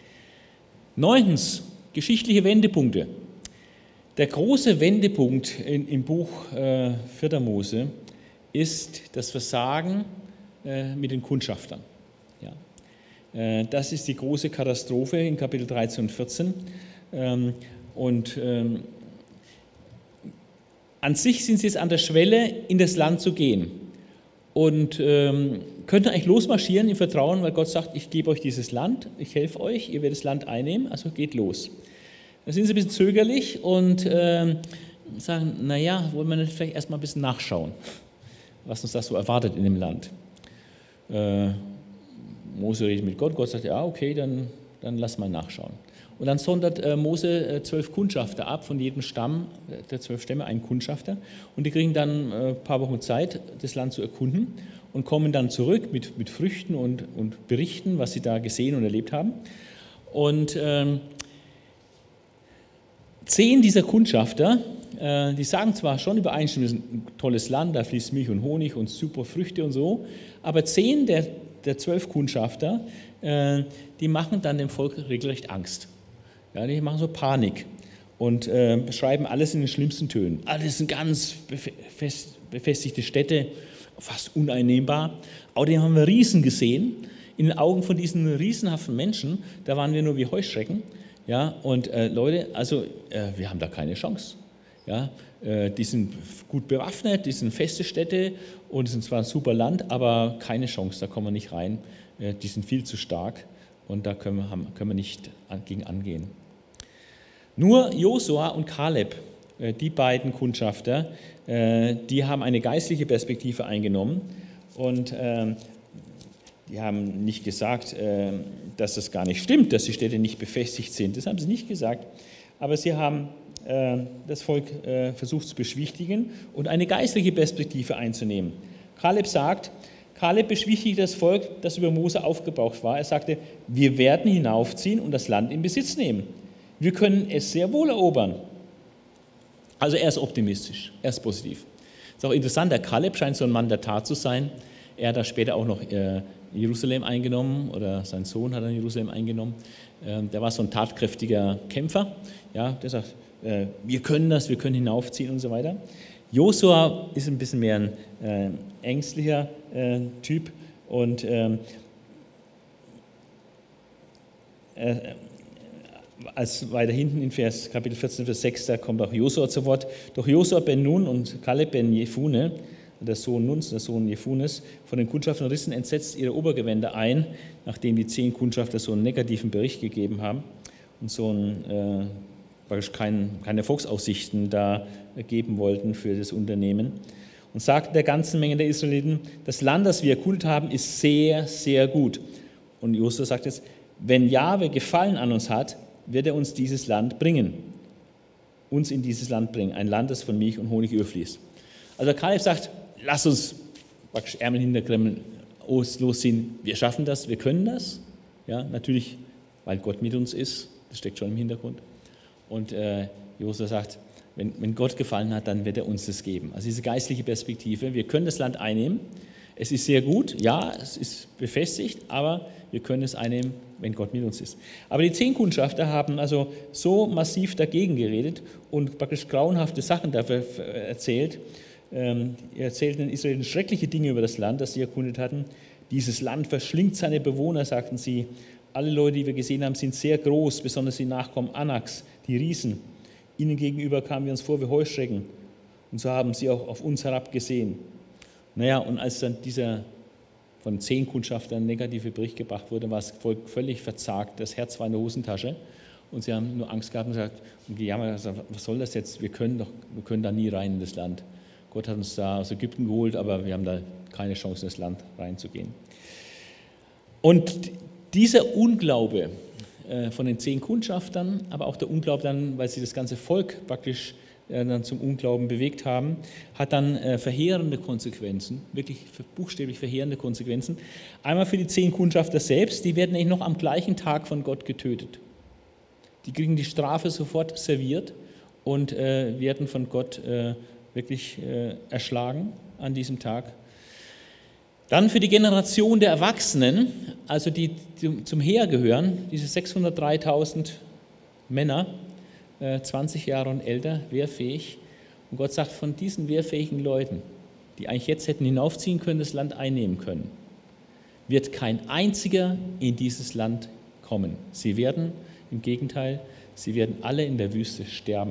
9. Geschichtliche Wendepunkte. Der große Wendepunkt im Buch 4. Mose ist das Versagen mit den Kundschaftern. Ja. Das ist die große Katastrophe in Kapitel 13 und 14. An sich sind sie jetzt an der Schwelle, in das Land zu gehen und könnten eigentlich losmarschieren im Vertrauen, weil Gott sagt, ich gebe euch dieses Land, ich helfe euch, ihr werdet das Land einnehmen, also geht los. Da sind sie ein bisschen zögerlich und sagen, naja, wollen wir nicht vielleicht erstmal ein bisschen nachschauen, was uns das so erwartet in dem Land. Mose redet mit Gott, Gott sagt, ja, okay, dann lass mal nachschauen. Und dann sondert Mose 12 Kundschafter ab, von jedem Stamm der 12 Stämme einen Kundschafter. Und die kriegen dann ein paar Wochen Zeit, das Land zu erkunden und kommen dann zurück mit Früchten und berichten, was sie da gesehen und erlebt haben. Und 10 dieser Kundschafter, die sagen zwar schon übereinstimmend, es ist ein tolles Land, da fließt Milch und Honig und super Früchte und so, aber 10 der 12 Kundschafter, die machen dann dem Volk regelrecht Angst. Ja, die machen so Panik und beschreiben alles in den schlimmsten Tönen. Alles sind ganz befestigte Städte, fast uneinnehmbar. Außerdem haben wir Riesen gesehen. In den Augen von diesen riesenhaften Menschen, da waren wir nur wie Heuschrecken. Ja, und Leute, also wir haben da keine Chance. Ja, die sind gut bewaffnet, die sind feste Städte und es ist zwar ein super Land, aber keine Chance, da kommen wir nicht rein. Die sind viel zu stark und da können wir nicht gegen angehen. Nur Josua und Kaleb, die beiden Kundschafter, die haben eine geistliche Perspektive eingenommen und die haben nicht gesagt, dass das gar nicht stimmt, dass die Städte nicht befestigt sind. Das haben sie nicht gesagt, aber sie haben das Volk versucht zu beschwichtigen und eine geistliche Perspektive einzunehmen. Kaleb beschwichtigte das Volk, das über Mose aufgebraucht war. Er sagte, wir werden hinaufziehen und das Land in Besitz nehmen. Wir können es sehr wohl erobern. Also er ist optimistisch, er ist positiv. Ist auch interessant, der Kaleb scheint so ein Mann der Tat zu sein. Er hat da später auch noch Jerusalem eingenommen, oder sein Sohn hat dann Jerusalem eingenommen. Der war so ein tatkräftiger Kämpfer. Ja, der sagt, wir können das, wir können hinaufziehen und so weiter. Josua ist ein bisschen mehr ein ängstlicher Typ und als weiter hinten in Kapitel 14, Vers 6, da kommt auch Josua zu Wort. Doch Josua ben Nun und Kaleb ben Jefune, der Sohn Nuns, der Sohn Jefunes, von den Kundschaftern rissen entsetzt ihre Obergewänder ein, nachdem die 10 Kundschafter so einen negativen Bericht gegeben haben und so keine Erfolgsaussichten da geben wollten für das Unternehmen. Und sagten der ganzen Menge der Israeliten, das Land, das wir erkundet haben, ist sehr, sehr gut. Und Josua sagt jetzt, wenn Jahwe Gefallen an uns hat, wird er uns dieses Land bringen. Uns in dieses Land bringen. Ein Land, das von Milch und Honig überfließt. Also Kaleb sagt, lass uns praktisch Ärmel hinterkremmeln, losziehen. Wir schaffen das, wir können das. Ja, natürlich, weil Gott mit uns ist. Das steckt schon im Hintergrund. Und Josua sagt, wenn Gott gefallen hat, dann wird er uns das geben. Also diese geistliche Perspektive, wir können das Land einnehmen. Es ist sehr gut, ja, es ist befestigt, aber wir können es einnehmen, wenn Gott mit uns ist. Aber die 10 Kundschafter haben also so massiv dagegen geredet und praktisch grauenhafte Sachen dafür erzählt. Sie erzählten den Israeliten schreckliche Dinge über das Land, das sie erkundet hatten. Dieses Land verschlingt seine Bewohner, sagten sie. Alle Leute, die wir gesehen haben, sind sehr groß, besonders die Nachkommen Anaks, die Riesen. Ihnen gegenüber kamen wir uns vor wie Heuschrecken. Und so haben sie auch auf uns herabgesehen. Naja, und als dann dieser von 10 Kundschaftern negative Bericht gebracht wurde, war das Volk völlig verzagt. Das Herz war in der Hosentasche. Und sie haben nur Angst gehabt und gesagt, und gejammert, was soll das jetzt? Wir können da nie rein in das Land. Gott hat uns da aus Ägypten geholt, aber wir haben da keine Chance, in das Land reinzugehen. Und dieser Unglaube von den 10 Kundschaftern, aber auch der Unglaube dann, weil sie das ganze Volk praktisch dann zum Unglauben bewegt haben, hat dann verheerende Konsequenzen, wirklich buchstäblich verheerende Konsequenzen. Einmal für die 10 Kundschafter selbst, die werden eigentlich noch am gleichen Tag von Gott getötet. Die kriegen die Strafe sofort serviert und werden von Gott wirklich erschlagen an diesem Tag. Dann für die Generation der Erwachsenen, also die zum Heer gehören, diese 603.000 Männer, 20 Jahre und älter, wehrfähig. Und Gott sagt, von diesen wehrfähigen Leuten, die eigentlich jetzt hätten hinaufziehen können, das Land einnehmen können, wird kein einziger in dieses Land kommen. Sie werden, im Gegenteil, sie werden alle in der Wüste sterben.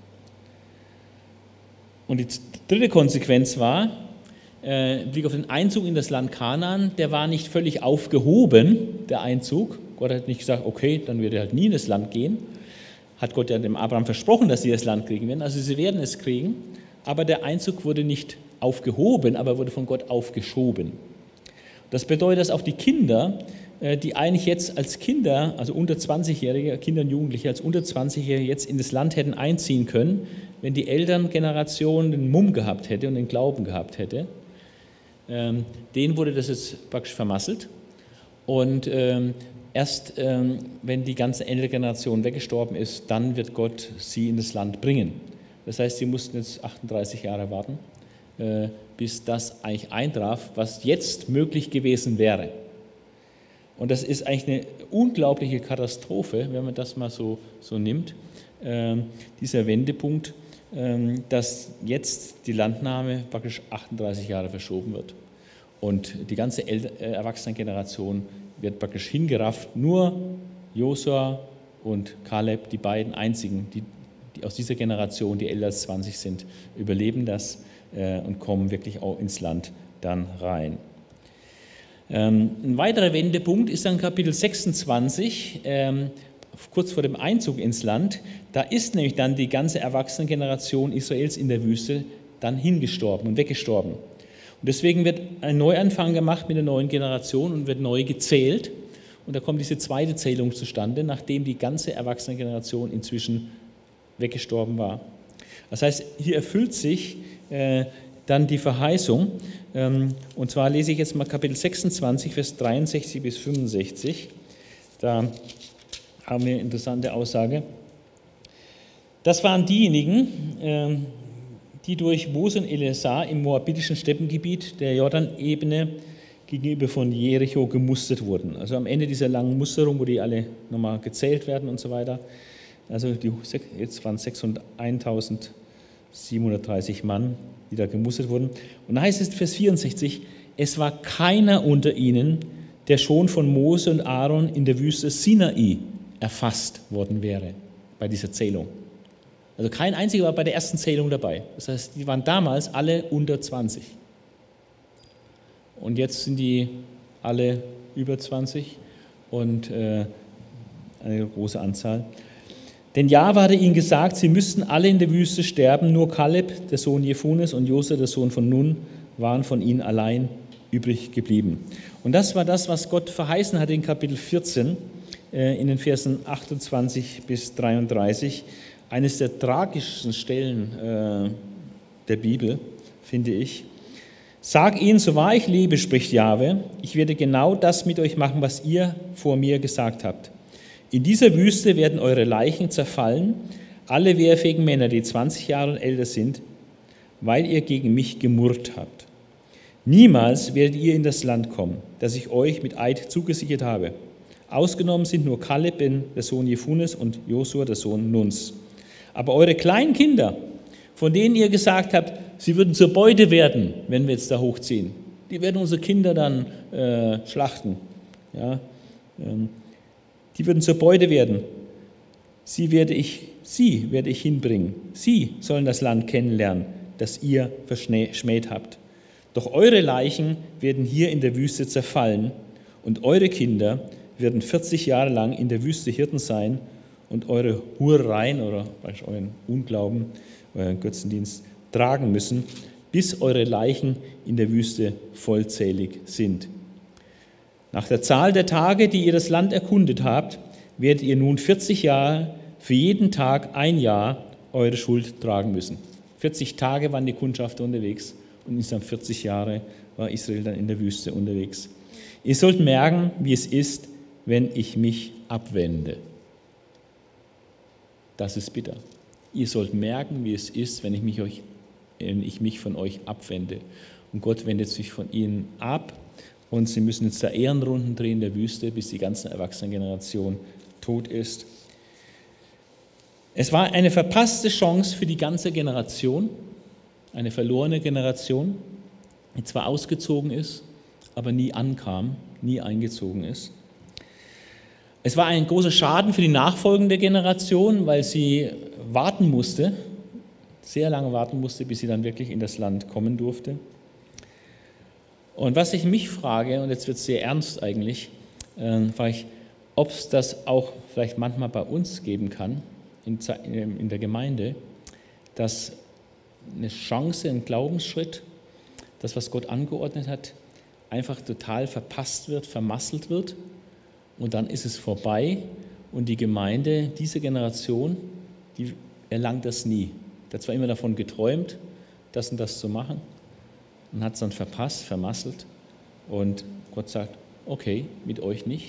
Und die dritte Konsequenz war, im Blick auf den Einzug in das Land Kanaan, der war nicht völlig aufgehoben, der Einzug. Gott hat nicht gesagt, okay, dann wird er halt nie in das Land gehen. Hat Gott ja dem Abraham versprochen, dass sie das Land kriegen werden. Also sie werden es kriegen, aber der Einzug wurde nicht aufgehoben, aber wurde von Gott aufgeschoben. Das bedeutet, dass auch die Kinder, die eigentlich jetzt als Kinder, also unter 20-Jährige, Kinder und Jugendliche als unter 20-Jährige jetzt in das Land hätten einziehen können, wenn die Elterngeneration den Mumm gehabt hätte und den Glauben gehabt hätte, denen wurde das jetzt praktisch vermasselt. Und erst wenn die ganze Elterngeneration weggestorben ist, dann wird Gott sie in das Land bringen. Das heißt, sie mussten jetzt 38 Jahre warten, bis das eigentlich eintraf, was jetzt möglich gewesen wäre. Und das ist eigentlich eine unglaubliche Katastrophe, wenn man das mal so nimmt, dieser Wendepunkt, dass jetzt die Landnahme praktisch 38 Jahre verschoben wird. Und die ganze Erwachsenengeneration wird praktisch hingerafft. Nur Josua und Kaleb, die beiden einzigen, die aus dieser Generation, die älter als 20 sind, überleben das und kommen wirklich auch ins Land dann rein. Ein weiterer Wendepunkt ist dann Kapitel 26, kurz vor dem Einzug ins Land. Da ist nämlich dann die ganze Erwachsenengeneration Israels in der Wüste dann hingestorben und weggestorben. Und deswegen wird ein Neuanfang gemacht mit der neuen Generation und wird neu gezählt. Und da kommt diese zweite Zählung zustande, nachdem die ganze Erwachsenengeneration inzwischen weggestorben war. Das heißt, hier erfüllt sich dann die Verheißung. Und zwar lese ich jetzt mal Kapitel 26, Vers 63 bis 65. Da haben wir eine interessante Aussage. Das waren diejenigen, die durch Mose und Eleazar im moabitischen Steppengebiet der Jordanebene gegenüber von Jericho gemustert wurden. Also am Ende dieser langen Musterung, wo die alle nochmal gezählt werden und so weiter. Also jetzt waren es 1.730 Mann, die da gemustert wurden. Und da heißt es, Vers 64, es war keiner unter ihnen, der schon von Mose und Aaron in der Wüste Sinai erfasst worden wäre bei dieser Zählung. Also kein einziger war bei der ersten Zählung dabei. Das heißt, die waren damals alle unter 20. Und jetzt sind die alle über 20 und eine große Anzahl. Denn Jahwe hatte ihnen gesagt, sie müssten alle in der Wüste sterben, nur Kaleb, der Sohn Jefunes, und Josua, der Sohn von Nun, waren von ihnen allein übrig geblieben. Und das war das, was Gott verheißen hatte in Kapitel 14, in den Versen 28 bis 33. Eines der tragischsten Stellen der Bibel, finde ich. Sag ihnen, so wahr ich lebe, spricht Jahwe, ich werde genau das mit euch machen, was ihr vor mir gesagt habt. In dieser Wüste werden eure Leichen zerfallen, alle wehrfähigen Männer, die 20 Jahre und älter sind, weil ihr gegen mich gemurrt habt. Niemals werdet ihr in das Land kommen, das ich euch mit Eid zugesichert habe. Ausgenommen sind nur Kaleb, der Sohn Jefunes, und Josua, der Sohn Nuns. Aber eure kleinen Kinder, von denen ihr gesagt habt, sie würden zur Beute werden, wenn wir jetzt da hochziehen, die werden unsere Kinder dann schlachten. Ja, die würden zur Beute werden. Sie werde ich hinbringen. Sie sollen das Land kennenlernen, das ihr verschmäht habt. Doch eure Leichen werden hier in der Wüste zerfallen und eure Kinder werden 40 Jahre lang in der Wüste Hirten sein und eure Hurereien oder euren Unglauben, euren Götzendienst tragen müssen, bis eure Leichen in der Wüste vollzählig sind. Nach der Zahl der Tage, die ihr das Land erkundet habt, werdet ihr nun 40 Jahre, für jeden Tag ein Jahr, eure Schuld tragen müssen. 40 Tage waren die Kundschafter unterwegs und insgesamt 40 Jahre war Israel dann in der Wüste unterwegs. Ihr sollt merken, wie es ist, wenn ich mich abwende. Das ist bitter. Ihr sollt merken, wie es ist, wenn ich mich von euch abwende. Und Gott wendet sich von ihnen ab und sie müssen jetzt da Ehrenrunden drehen in der Wüste, bis die ganze Erwachsenengeneration tot ist. Es war eine verpasste Chance für die ganze Generation, eine verlorene Generation, die zwar ausgezogen ist, aber nie ankam, nie eingezogen ist. Es war ein großer Schaden für die nachfolgende Generation, weil sie warten musste, sehr lange warten musste, bis sie dann wirklich in das Land kommen durfte. Und was ich mich frage, und jetzt wird es sehr ernst eigentlich, frage ich, ob es das auch vielleicht manchmal bei uns geben kann, in der Gemeinde, dass eine Chance, ein Glaubensschritt, das, was Gott angeordnet hat, einfach total verpasst wird, vermasselt wird und dann ist es vorbei und die Gemeinde, diese Generation, die erlangt das nie. Der hat zwar immer davon geträumt, das und das zu machen und hat es dann verpasst, vermasselt und Gott sagt, okay, mit euch nicht.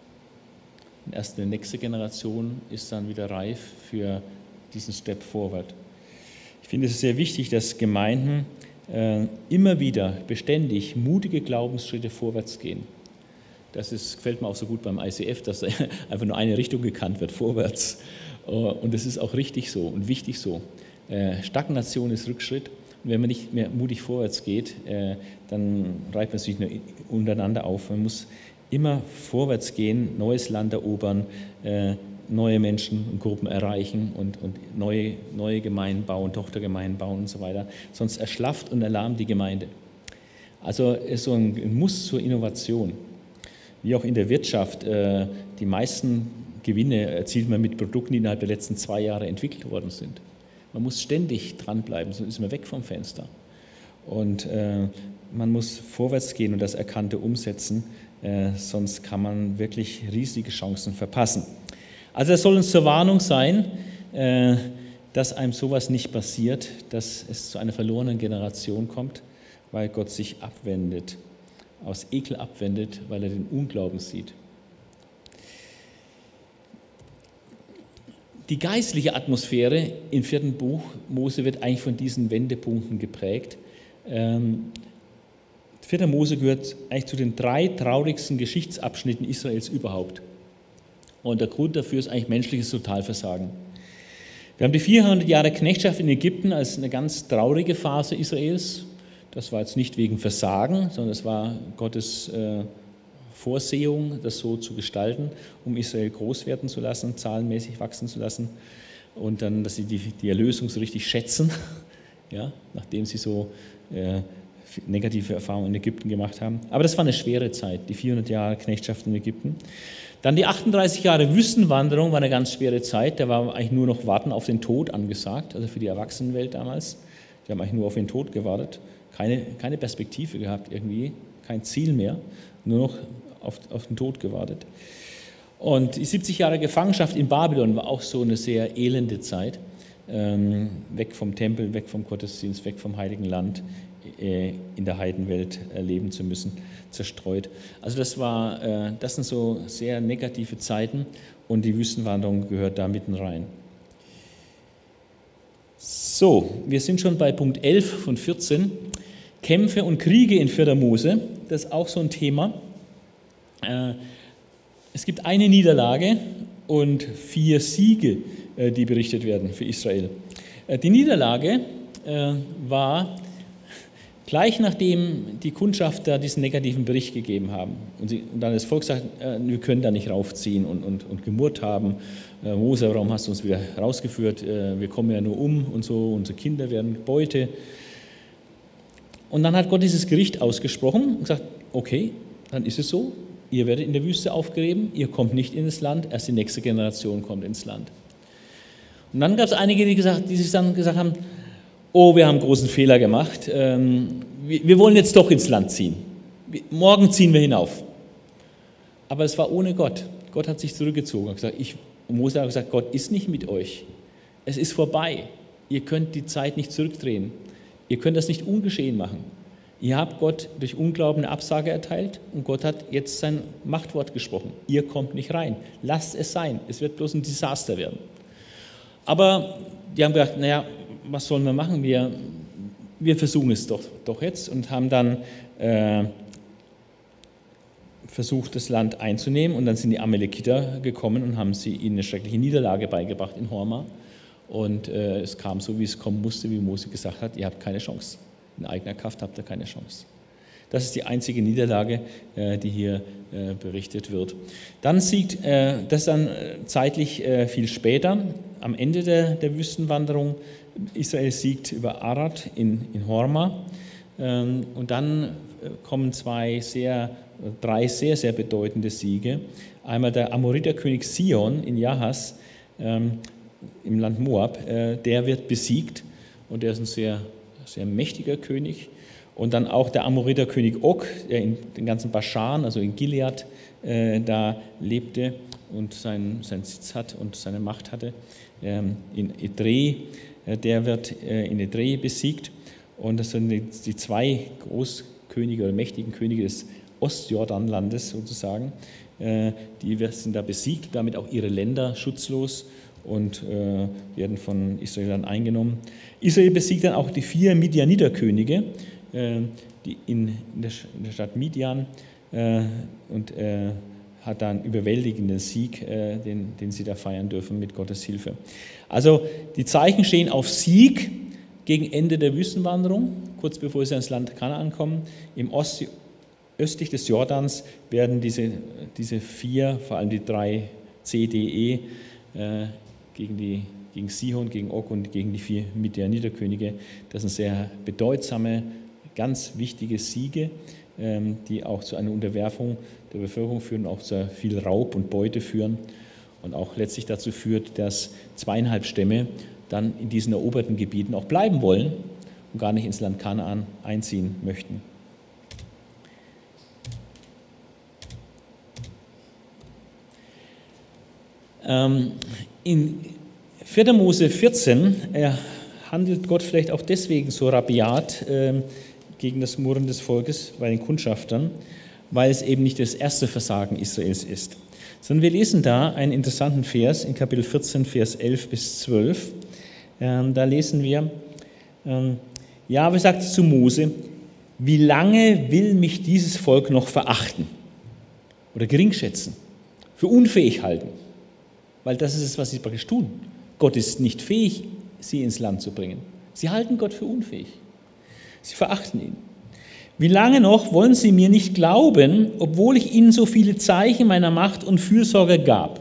Und erst die nächste Generation ist dann wieder reif für diesen Step forward. Ich finde es sehr wichtig, dass Gemeinden immer wieder beständig mutige Glaubensschritte vorwärts gehen. Das gefällt mir auch so gut beim ICF, dass einfach nur eine Richtung gekannt wird, vorwärts. Und das ist auch richtig so und wichtig so. Stagnation ist Rückschritt. Und wenn man nicht mehr mutig vorwärts geht, dann reibt man sich nur untereinander auf. Man muss immer vorwärts gehen, neues Land erobern, neue Menschen und Gruppen erreichen und neue Gemeinden bauen, Tochtergemeinden bauen und so weiter. Sonst erschlafft und erlahmt die Gemeinde. Also ist so ein Muss zur Innovation. Wie auch in der Wirtschaft, die meisten Gewinne erzielt man mit Produkten, die innerhalb der letzten 2 Jahre entwickelt worden sind. Man muss ständig dranbleiben, sonst ist man weg vom Fenster. Und man muss vorwärts gehen und das Erkannte umsetzen, sonst kann man wirklich riesige Chancen verpassen. Also es soll uns zur Warnung sein, dass einem sowas nicht passiert, dass es zu einer verlorenen Generation kommt, weil Gott sich abwendet, aus Ekel abwendet, weil er den Unglauben sieht. Die geistliche Atmosphäre im 4. Buch Mose wird eigentlich von diesen Wendepunkten geprägt. 4. Mose gehört eigentlich zu den 3 traurigsten Geschichtsabschnitten Israels überhaupt. Und der Grund dafür ist eigentlich menschliches Totalversagen. Wir haben die 400 Jahre Knechtschaft in Ägypten als eine ganz traurige Phase Israels. Das war jetzt nicht wegen Versagen, sondern es war Gottes Vorsehung, das so zu gestalten, um Israel groß werden zu lassen, zahlenmäßig wachsen zu lassen und dann, dass sie die Erlösung so richtig schätzen, ja, nachdem sie so negative Erfahrungen in Ägypten gemacht haben. Aber das war eine schwere Zeit, die 400 Jahre Knechtschaft in Ägypten. Dann die 38 Jahre Wüstenwanderung war eine ganz schwere Zeit, da war eigentlich nur noch Warten auf den Tod angesagt, also für die Erwachsenenwelt damals. Die haben eigentlich nur auf den Tod gewartet, keine Perspektive gehabt irgendwie, kein Ziel mehr, nur noch auf den Tod gewartet. Und die 70 Jahre Gefangenschaft in Babylon war auch so eine sehr elende Zeit. Weg vom Tempel, weg vom Gottesdienst, weg vom Heiligen Land, in der Heidenwelt leben zu müssen, zerstreut. Also das sind so sehr negative Zeiten und die Wüstenwanderung gehört da mitten rein. So, wir sind schon bei Punkt 11 von 14. Kämpfe und Kriege in 4. Mose, das ist auch so ein Thema. Es gibt eine Niederlage und 4 Siege, die berichtet werden für Israel. Die Niederlage war gleich nachdem die Kundschafter diesen negativen Bericht gegeben haben und dann das Volk sagt, wir können da nicht raufziehen und gemurrt haben, Mose, warum hast du uns wieder rausgeführt, wir kommen ja nur um und so, unsere Kinder werden Beute. Und dann hat Gott dieses Gericht ausgesprochen und gesagt, okay, dann ist es so, ihr werdet in der Wüste aufgerieben, ihr kommt nicht in das Land, erst die nächste Generation kommt ins Land. Und dann gab es einige, die sich dann gesagt haben, oh, wir haben einen großen Fehler gemacht, wir wollen jetzt doch ins Land ziehen, morgen ziehen wir hinauf. Aber es war ohne Gott. Gott hat sich zurückgezogen und gesagt, Mose hat gesagt, Gott ist nicht mit euch, es ist vorbei, ihr könnt die Zeit nicht zurückdrehen, ihr könnt das nicht ungeschehen machen. Ihr habt Gott durch Unglauben eine Absage erteilt und Gott hat jetzt sein Machtwort gesprochen. Ihr kommt nicht rein. Lasst es sein. Es wird bloß ein Desaster werden. Aber die haben gedacht, naja, was sollen wir machen? Wir versuchen es doch jetzt und haben dann versucht, das Land einzunehmen. Und dann sind die Amalekiter gekommen und haben ihnen eine schreckliche Niederlage beigebracht in Horma. Und es kam so, wie es kommen musste, wie Mose gesagt hat, ihr habt keine Chance. In eigener Kraft habt ihr keine Chance. Das ist die einzige Niederlage, die hier berichtet wird. Dann siegt, das dann zeitlich viel später, am Ende der Wüstenwanderung, Israel siegt über Arad in Horma. Und dann kommen drei sehr, sehr bedeutende Siege. Einmal der Amoriterkönig Sihon in Jahas im Land Moab, der wird besiegt und der ist ein sehr sehr mächtiger König. Und dann auch der Amoriterkönig Og, der in den ganzen Baschan, also in Gilead, da lebte und seinen Sitz hat und seine Macht hatte. In Edrei, der wird in Edrei besiegt. Und das sind die 2 Großkönige oder mächtigen Könige des Ostjordanlandes sozusagen. Die sind da besiegt, damit auch ihre Länder schutzlos und werden von Israel dann eingenommen. Israel besiegt dann auch die 4 Midianiterkönige, die in der Stadt Midian und hat dann einen überwältigenden Sieg, den sie da feiern dürfen mit Gottes Hilfe. Also die Zeichen stehen auf Sieg gegen Ende der Wüstenwanderung, kurz bevor sie ans Land Kanaan kommen. Östlich des Jordans werden diese 4, vor allem die 3 CDE, gegen Sihon, gegen Og und gegen die 4 Midianiterkönige. Das sind sehr bedeutsame, ganz wichtige Siege, die auch zu einer Unterwerfung der Bevölkerung führen, auch zu viel Raub und Beute führen und auch letztlich dazu führt, dass 2,5 Stämme dann in diesen eroberten Gebieten auch bleiben wollen und gar nicht ins Land Kanaan einziehen möchten. In 4. Mose 14 handelt Gott vielleicht auch deswegen so rabiat gegen das Murren des Volkes bei den Kundschaftern, weil es eben nicht das erste Versagen Israels ist. Sondern wir lesen da einen interessanten Vers in Kapitel 14, Vers 11 bis 12. Da lesen wir, Jahwe sagte zu Mose, wie lange will mich dieses Volk noch verachten oder geringschätzen, für unfähig halten? Weil das ist es, was sie praktisch tun. Gott ist nicht fähig, sie ins Land zu bringen. Sie halten Gott für unfähig. Sie verachten ihn. Wie lange noch wollen sie mir nicht glauben, obwohl ich ihnen so viele Zeichen meiner Macht und Fürsorge gab?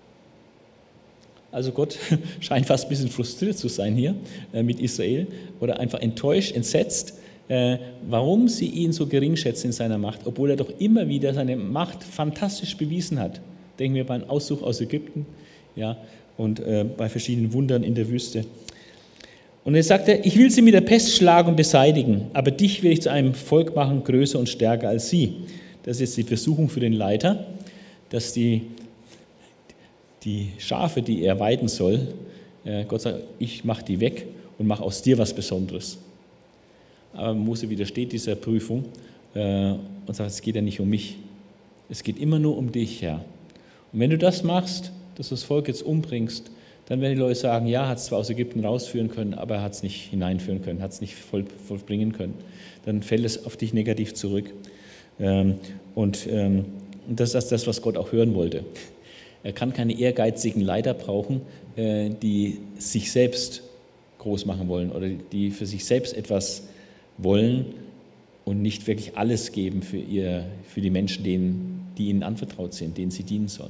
Also Gott scheint fast ein bisschen frustriert zu sein hier mit Israel oder einfach enttäuscht, entsetzt, warum sie ihn so gering schätzen in seiner Macht, obwohl er doch immer wieder seine Macht fantastisch bewiesen hat. Denken wir beim Auszug aus Ägypten, ja, und bei verschiedenen Wundern in der Wüste. Und er sagte, ich will sie mit der Pest schlagen und beseitigen, aber dich will ich zu einem Volk machen, größer und stärker als sie. Das ist jetzt die Versuchung für den Leiter, dass die Schafe, die er weiden soll, Gott sagt, ich mache die weg und mache aus dir was Besonderes. Aber Mose widersteht dieser Prüfung und sagt, es geht ja nicht um mich, es geht immer nur um dich, Herr. Und wenn du das machst, dass du das Volk jetzt umbringst, dann werden die Leute sagen, ja, hat es zwar aus Ägypten rausführen können, aber er hat es nicht hineinführen können, hat es nicht vollbringen können. Dann fällt es auf dich negativ zurück. Und das ist das, was Gott auch hören wollte. Er kann keine ehrgeizigen Leiter brauchen, die sich selbst groß machen wollen oder die für sich selbst etwas wollen und nicht wirklich alles geben für die Menschen, die ihnen anvertraut sind, denen sie dienen sollen.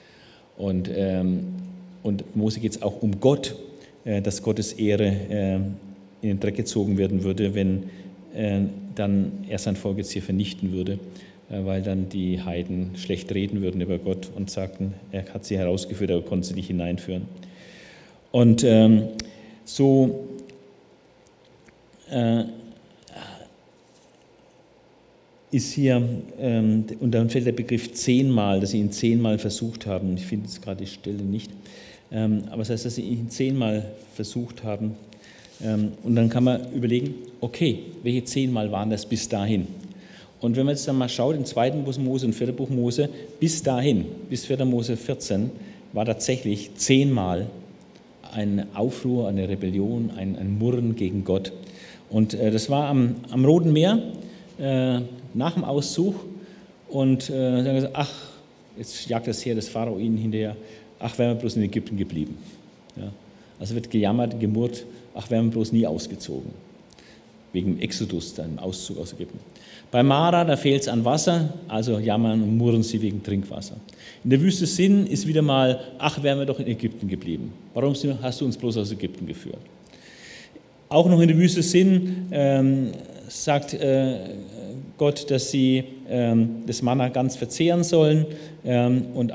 Und Mose geht es auch um Gott, dass Gottes Ehre in den Dreck gezogen werden würde, wenn dann er sein Volk jetzt hier vernichten würde, weil dann die Heiden schlecht reden würden über Gott und sagten, er hat sie herausgeführt, aber konnte sie nicht hineinführen. Und so ist hier, und dann fällt der Begriff 10-mal, dass sie ihn 10-mal versucht haben. Ich finde jetzt gerade die Stelle nicht. Aber das heißt, dass sie ihn 10-mal versucht haben. Und dann kann man überlegen, okay, welche 10-mal waren das bis dahin? Und wenn man jetzt dann mal schaut, im 2. Buch Mose und 4. Buch Mose, bis dahin, bis 4. Mose 14, war tatsächlich 10-mal ein Aufruhr, eine Rebellion, ein Murren gegen Gott. Und das war am Roten Meer, nach dem Auszug. Und dann haben wir gesagt, ach, jetzt jagt das Heer des Pharao ihnen hinterher. Ach, wären wir bloß in Ägypten geblieben. Ja. Also wird gejammert, gemurrt, ach, wären wir bloß nie ausgezogen. Wegen Exodus, dem Auszug aus Ägypten. Bei Mara, da fehlt es an Wasser, also jammern und murren sie wegen Trinkwasser. In der Wüste Sin ist wieder mal, ach, wären wir doch in Ägypten geblieben. Warum hast du uns bloß aus Ägypten geführt? Auch noch in der Wüste Sin sagt Gott, dass sie das Manna ganz verzehren sollen und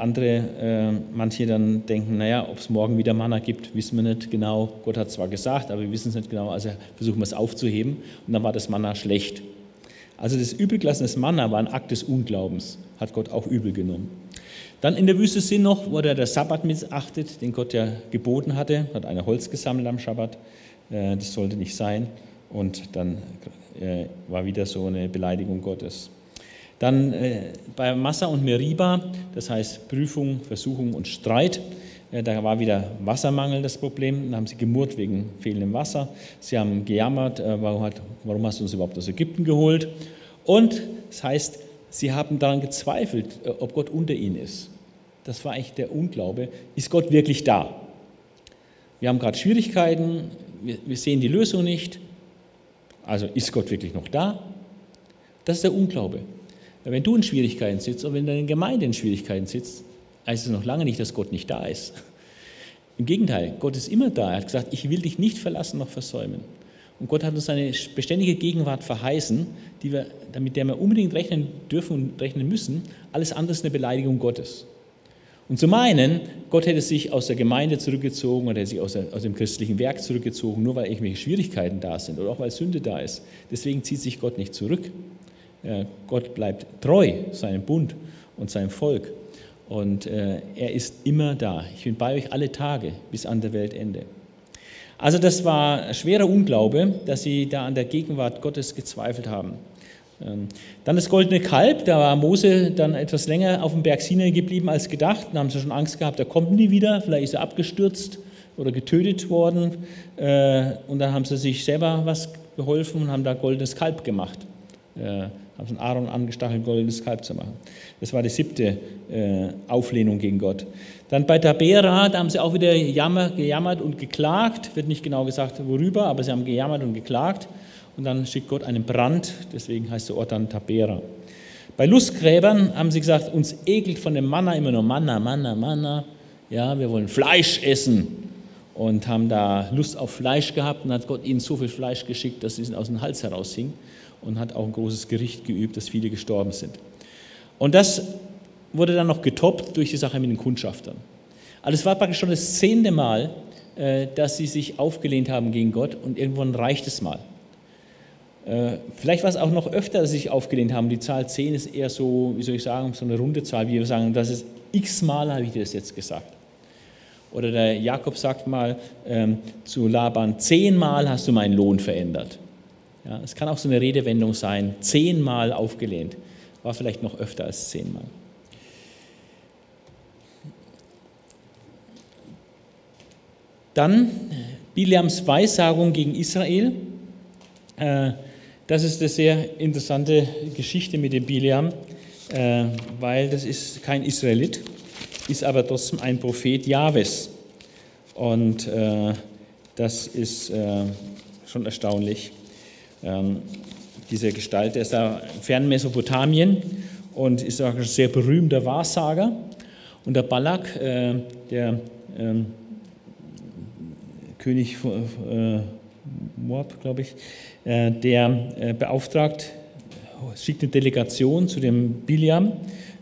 manche dann denken, naja, ob es morgen wieder Manna gibt, wissen wir nicht genau. Gott hat es zwar gesagt, aber wir wissen es nicht genau, also versuchen wir es aufzuheben und dann war das Manna schlecht. Also das Übelgelassen des Manna war ein Akt des Unglaubens, hat Gott auch übel genommen. Dann in der Wüste Sin noch, wurde der Sabbat missachtet, den Gott ja geboten hatte, hat einer Holz gesammelt am Schabbat, das sollte nicht sein und dann war wieder so eine Beleidigung Gottes. Dann bei Massa und Meriba, das heißt Prüfung, Versuchung und Streit, da war wieder Wassermangel das Problem, da haben sie gemurrt wegen fehlendem Wasser, sie haben gejammert, warum hast du uns überhaupt aus Ägypten geholt? Und das heißt, sie haben daran gezweifelt, ob Gott unter ihnen ist. Das war eigentlich der Unglaube, ist Gott wirklich da? Wir haben gerade Schwierigkeiten, wir sehen die Lösung nicht, also ist Gott wirklich noch da? Das ist der Unglaube. Wenn du in Schwierigkeiten sitzt oder wenn deine Gemeinde in Schwierigkeiten sitzt, heißt es noch lange nicht, dass Gott nicht da ist. Im Gegenteil, Gott ist immer da. Er hat gesagt, ich will dich nicht verlassen noch versäumen. Und Gott hat uns seine beständige Gegenwart verheißen, mit der wir unbedingt rechnen dürfen und rechnen müssen. Alles andere ist eine Beleidigung Gottes. Und zu meinen, Gott hätte sich aus der Gemeinde zurückgezogen oder hätte sich aus dem christlichen Werk zurückgezogen, nur weil irgendwelche Schwierigkeiten da sind oder auch weil Sünde da ist. Deswegen zieht sich Gott nicht zurück. Gott bleibt treu seinem Bund und seinem Volk. Und er ist immer da. Ich bin bei euch alle Tage bis an der Weltende. Also das war schwerer Unglaube, dass sie da an der Gegenwart Gottes gezweifelt haben. Dann das goldene Kalb, da war Mose dann etwas länger auf dem Berg Sinai geblieben als gedacht. Da haben sie schon Angst gehabt, er kommt nie wieder, vielleicht ist er abgestürzt oder getötet worden. Und dann haben sie sich selber was geholfen und haben da goldenes Kalb gemacht. Haben sie Aaron angestachelt, goldenes Kalb zu machen. Das war die 7. Auflehnung gegen Gott. Dann bei Tabera, da haben sie auch wieder gejammert und geklagt. Wird nicht genau gesagt, worüber, aber sie haben gejammert und geklagt. Und dann schickt Gott einen Brand, deswegen heißt der Ort dann Tabera. Bei Lustgräbern haben sie gesagt, uns ekelt von dem Manna immer nur Manna, Manna, Manna. Ja, wir wollen Fleisch essen. Und haben da Lust auf Fleisch gehabt und hat Gott ihnen so viel Fleisch geschickt, dass es ihnen aus dem Hals heraushing. Und hat auch ein großes Gericht geübt, dass viele gestorben sind. Und das wurde dann noch getoppt durch die Sache mit den Kundschaftern. Also es war praktisch schon das 10. Mal, dass sie sich aufgelehnt haben gegen Gott und irgendwann reicht es mal. Vielleicht war es auch noch öfter, dass sie sich aufgelehnt haben. Die Zahl 10 ist eher so, wie soll ich sagen, so eine runde Zahl, wie wir sagen, das ist x-mal habe ich dir das jetzt gesagt. Oder der Jakob sagt mal zu Laban, 10-mal hast du meinen Lohn verändert. Ja, es kann auch so eine Redewendung sein, 10-mal aufgelehnt. War vielleicht noch öfter als 10-mal. Dann Bileams Weissagung gegen Israel. Das ist eine sehr interessante Geschichte mit dem Bileam, weil das ist kein Israelit, ist aber trotzdem ein Prophet Jahwes. Und das ist schon erstaunlich. Diese Gestalt, der ist da fern Mesopotamien und ist auch ein sehr berühmter Wahrsager. Und der Balak, der König Moab, glaube ich, der beauftragt, schickt eine Delegation zu dem Bileam,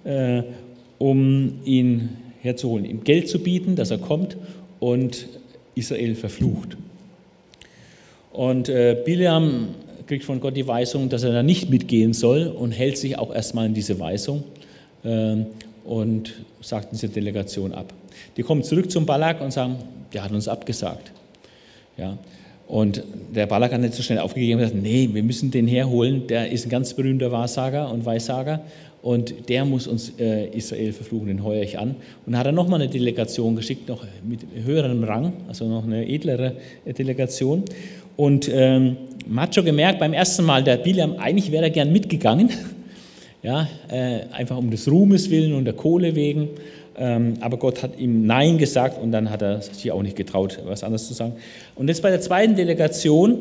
um ihn herzuholen, ihm Geld zu bieten, dass er kommt und Israel verflucht. Und Bileam kriegt von Gott die Weisung, dass er da nicht mitgehen soll und hält sich auch erstmal in diese Weisung und sagt diese Delegation ab. Die kommen zurück zum Balak und sagen, der hat uns abgesagt. Ja. Und der Balak hat nicht so schnell aufgegeben und gesagt, nee, wir müssen den herholen, der ist ein ganz berühmter Wahrsager und Weissager und der muss uns Israel verfluchen, den heuere ich an. Und hat er nochmal eine Delegation geschickt, noch mit höherem Rang, also noch eine edlere Delegation. Und man hat schon gemerkt, beim ersten Mal, der Bileam, eigentlich wäre er gern mitgegangen, ja, einfach um des Ruhmes willen und der Kohle wegen. Aber Gott hat ihm Nein gesagt und dann hat er sich auch nicht getraut, was anderes zu sagen. Und jetzt bei der zweiten Delegation,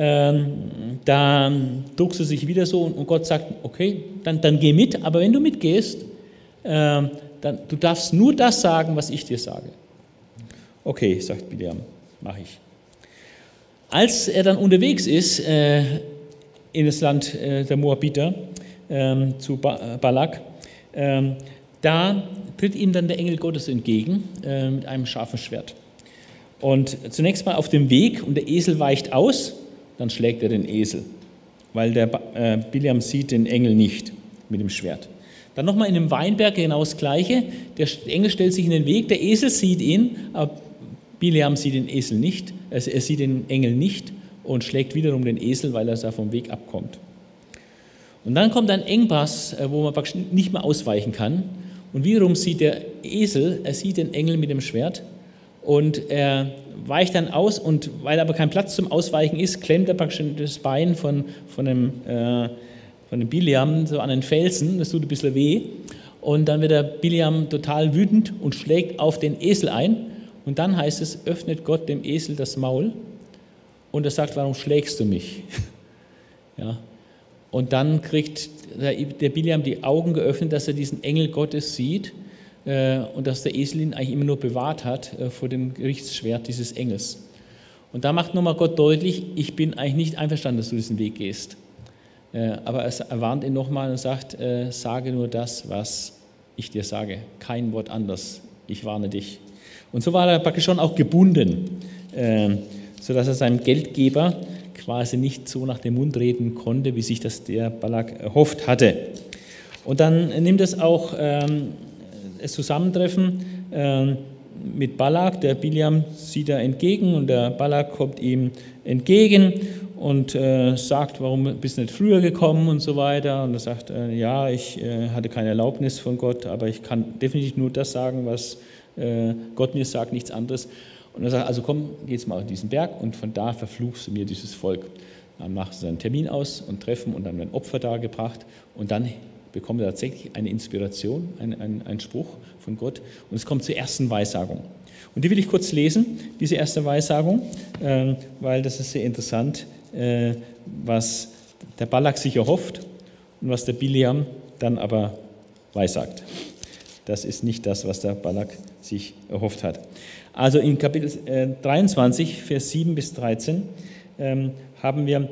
da druckst du sich wieder so und Gott sagt, okay, dann geh mit, aber wenn du mitgehst, du darfst nur das sagen, was ich dir sage. Okay, sagt Bileam, mache ich. Als er dann unterwegs ist in das Land der Moabiter zu Balak, da tritt ihm dann der Engel Gottes entgegen mit einem scharfen Schwert. Und zunächst mal auf dem Weg und der Esel weicht aus, dann schlägt er den Esel, weil der Bileam sieht den Engel nicht mit dem Schwert. Dann nochmal in dem Weinberg genau das Gleiche, der Engel stellt sich in den Weg, der Esel sieht ihn, aber Bileam sieht den Esel nicht, er sieht den Engel nicht und schlägt wiederum den Esel, weil er da vom Weg abkommt. Und dann kommt ein Engpass, wo man praktisch nicht mehr ausweichen kann. Und wiederum sieht der Esel, er sieht den Engel mit dem Schwert und er weicht dann aus und weil aber kein Platz zum Ausweichen ist, klemmt er praktisch das Bein von dem Bileam so an den Felsen, das tut ein bisschen weh. Und dann wird der Bileam total wütend und schlägt auf den Esel ein. Und dann heißt es, öffnet Gott dem Esel das Maul und er sagt, warum schlägst du mich? Ja. Und dann kriegt der Bileam die Augen geöffnet, dass er diesen Engel Gottes sieht und dass der Esel ihn eigentlich immer nur bewahrt hat vor dem Gerichtsschwert dieses Engels. Und da macht nochmal Gott deutlich, ich bin eigentlich nicht einverstanden, dass du diesen Weg gehst. Aber er warnt ihn nochmal und sagt, sage nur das, was ich dir sage, kein Wort anders, ich warne dich. Und so war er praktisch schon auch gebunden, sodass er seinem Geldgeber quasi nicht so nach dem Mund reden konnte, wie sich das der Balak erhofft hatte. Und dann nimmt es auch das Zusammentreffen mit Balak. Der Bileam sieht da entgegen und der Balak kommt ihm entgegen und sagt, warum bist du nicht früher gekommen und so weiter. Und er sagt, ja, ich hatte keine Erlaubnis von Gott, aber ich kann definitiv nur das sagen, was Gott mir sagt, nichts anderes. Und er sagt, also komm, geh jetzt mal auf diesen Berg und von da verfluchst du mir dieses Volk. Dann machen sie einen Termin aus und treffen und dann werden Opfer dargebracht und dann bekommt er tatsächlich eine Inspiration, einen Spruch von Gott und es kommt zur ersten Weissagung. Und die will ich kurz lesen, diese erste Weissagung, weil das ist sehr interessant, was der Balak sich erhofft und was der Bileam dann aber weissagt. Das ist nicht das, was der Balak sich erhofft hat. Also in Kapitel 23, Vers 7 bis 13 haben wir,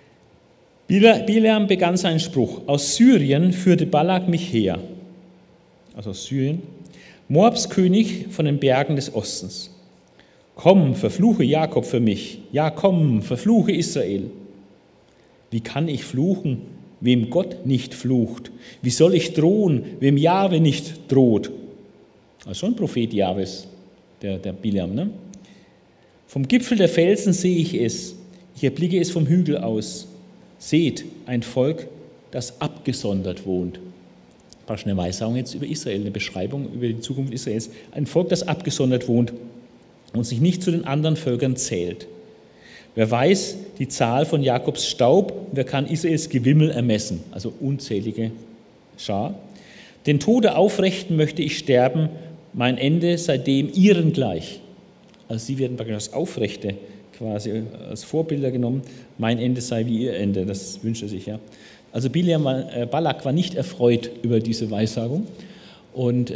Bileam begann seinen Spruch, aus Syrien führte Balak mich her, also aus Syrien, Moabs König von den Bergen des Ostens. Komm, verfluche Jakob für mich, ja komm, verfluche Israel. Wie kann ich fluchen, wem Gott nicht flucht? Wie soll ich drohen, wem Jahwe nicht droht? Also schon ein Prophet Jahwes, der Bileam. Ne? Vom Gipfel der Felsen sehe ich es, ich erblicke es vom Hügel aus. Seht, ein Volk, das abgesondert wohnt. Praktisch eine Weissagung jetzt über Israel, eine Beschreibung über die Zukunft Israels. Ein Volk, das abgesondert wohnt und sich nicht zu den anderen Völkern zählt. Wer weiß die Zahl von Jakobs Staub, wer kann Israels Gewimmel ermessen, also unzählige Schar. Den Tode Aufrechten möchte ich sterben, mein Ende sei dem ihren gleich. Also sie werden praktisch als Aufrechte quasi als Vorbilder genommen, mein Ende sei wie ihr Ende, das wünscht er sich. Ja. Also Balak war nicht erfreut über diese Weissagung und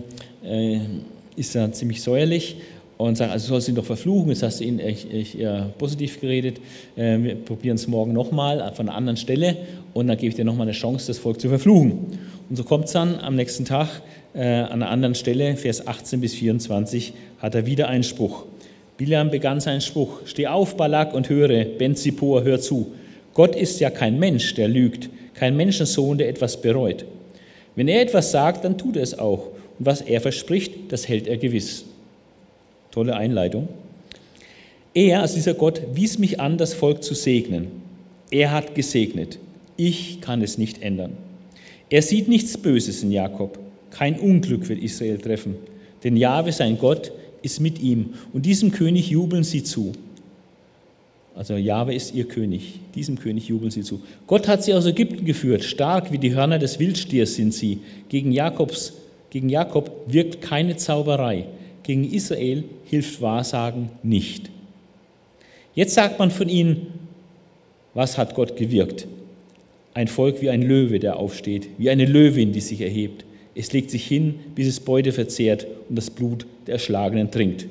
ist dann ziemlich säuerlich und sagt, also sollst du ihn doch verfluchen, jetzt hast du ihn eher positiv geredet, wir probieren es morgen nochmal von einer anderen Stelle und dann gebe ich dir nochmal eine Chance, das Volk zu verfluchen. Und so kommt es dann am nächsten Tag an einer anderen Stelle, Vers 18 bis 24, hat er wieder einen Spruch. Bileam begann seinen Spruch, steh auf, Balak, und höre, Ben-Zippor, hör zu. Gott ist ja kein Mensch, der lügt, kein Menschensohn, der etwas bereut. Wenn er etwas sagt, dann tut er es auch. Und was er verspricht, das hält er gewiss. Tolle Einleitung. Er, also dieser Gott, wies mich an, das Volk zu segnen. Er hat gesegnet. Ich kann es nicht ändern. Er sieht nichts Böses in Jakob. Kein Unglück wird Israel treffen. Denn Jahwe, sein Gott, ist mit ihm. Und diesem König jubeln sie zu. Also Jahwe ist ihr König. Diesem König jubeln sie zu. Gott hat sie aus Ägypten geführt. Stark wie die Hörner des Wildstiers sind sie. Gegen Jakob wirkt keine Zauberei. Gegen Israel hilft Wahrsagen nicht. Jetzt sagt man von ihnen, was hat Gott gewirkt? Ein Volk wie ein Löwe, der aufsteht, wie eine Löwin, die sich erhebt. Es legt sich hin, bis es Beute verzehrt und das Blut der Erschlagenen trinkt.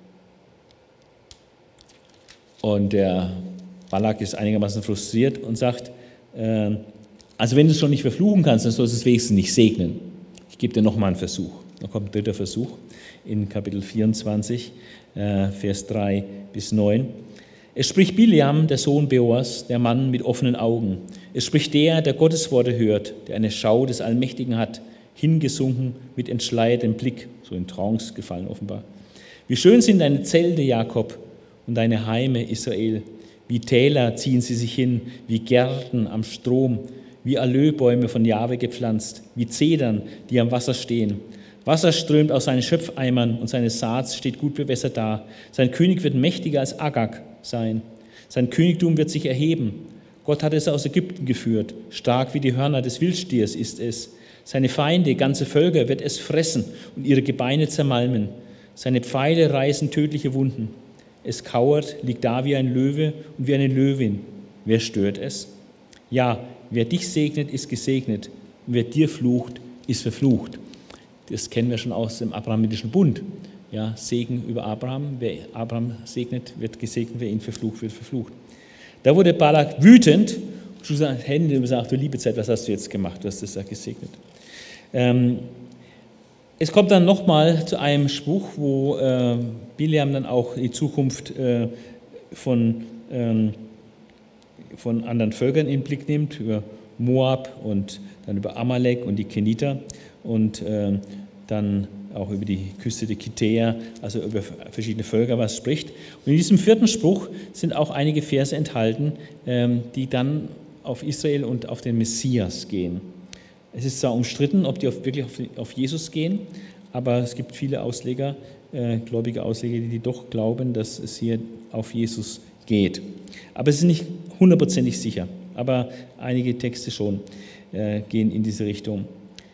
Und der Balak ist einigermaßen frustriert und sagt, also wenn du es schon nicht verfluchen kannst, dann sollst du es wenigstens nicht segnen. Ich gebe dir nochmal einen Versuch. Dann kommt ein dritter Versuch in Kapitel 24, Vers 3 bis 9. Es spricht Bileam, der Sohn Beors, der Mann mit offenen Augen. Es spricht der Gottes Worte hört, der eine Schau des Allmächtigen hat, hingesunken mit entschleiertem Blick, so in Trance gefallen offenbar. Wie schön sind deine Zelte, Jakob, und deine Heime, Israel. Wie Täler ziehen sie sich hin, wie Gärten am Strom, wie Alöbäume von Jahwe gepflanzt, wie Zedern, die am Wasser stehen. Wasser strömt aus seinen Schöpfeimern und seine Saat steht gut bewässert da. Sein König wird mächtiger als Agag sein. Sein Königtum wird sich erheben. Gott hat es aus Ägypten geführt. Stark wie die Hörner des Wildstiers ist es. Seine Feinde, ganze Völker, wird es fressen und ihre Gebeine zermalmen. Seine Pfeile reißen tödliche Wunden. Es kauert, liegt da wie ein Löwe und wie eine Löwin. Wer stört es? Ja, wer dich segnet, ist gesegnet. Und wer dir flucht, ist verflucht. Das kennen wir schon aus dem Abrahamitischen Bund. Ja, Segen über Abraham. Wer Abraham segnet, wird gesegnet. Wer ihn verflucht, wird verflucht. Da wurde Balak wütend und schlug seine Hände und sagte, du liebe Zeit, was hast du jetzt gemacht? Du hast das ja gesegnet. Es kommt dann nochmal zu einem Spruch, wo Bileam dann auch die Zukunft von anderen Völkern in den Blick nimmt, über Moab und dann über Amalek und die Keniter. Und dann auch über die Küste der Kitäer, also über verschiedene Völker was spricht. Und in diesem 4. Spruch sind auch einige Verse enthalten, die dann auf Israel und auf den Messias gehen. Es ist zwar umstritten, ob die wirklich auf Jesus gehen, aber es gibt viele Ausleger, gläubige Ausleger, die doch glauben, dass es hier auf Jesus geht. Aber es ist nicht hundertprozentig sicher, aber einige Texte schon gehen in diese Richtung.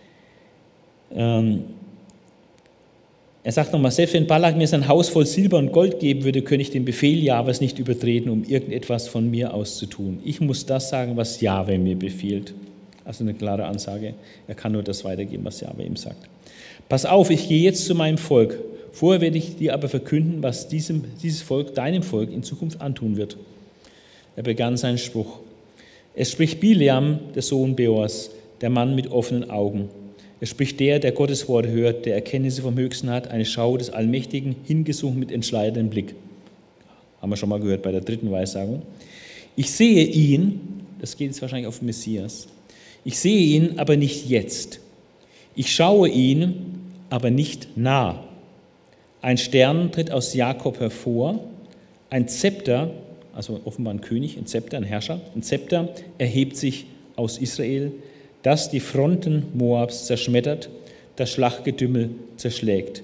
Er sagt nochmal, selbst wenn Balak mir sein Haus voll Silber und Gold geben würde, könnte ich den Befehl Jahwes nicht übertreten, um irgendetwas von mir aus zu tun. Ich muss das sagen, was Jahwe mir befiehlt. Also eine klare Ansage. Er kann nur das weitergeben, was Jahwe ihm sagt. Pass auf, ich gehe jetzt zu meinem Volk. Vorher werde ich dir aber verkünden, was dieses Volk, deinem Volk, in Zukunft antun wird. Er begann seinen Spruch. Es spricht Bileam, der Sohn Beors, der Mann mit offenen Augen. Es spricht der Gottes Worte hört, der Erkenntnisse vom Höchsten hat, eine Schau des Allmächtigen, hingesunken mit entschleiderndem Blick. Haben wir schon mal gehört bei der 3. Weissagung. Ich sehe ihn, das geht jetzt wahrscheinlich auf Messias, ich sehe ihn, aber nicht jetzt. Ich schaue ihn, aber nicht nah. Ein Stern tritt aus Jakob hervor, ein Zepter, also offenbar ein König, ein Zepter, ein Herrscher, ein Zepter erhebt sich aus Israel, das die Fronten Moabs zerschmettert, das Schlachtgetümmel zerschlägt.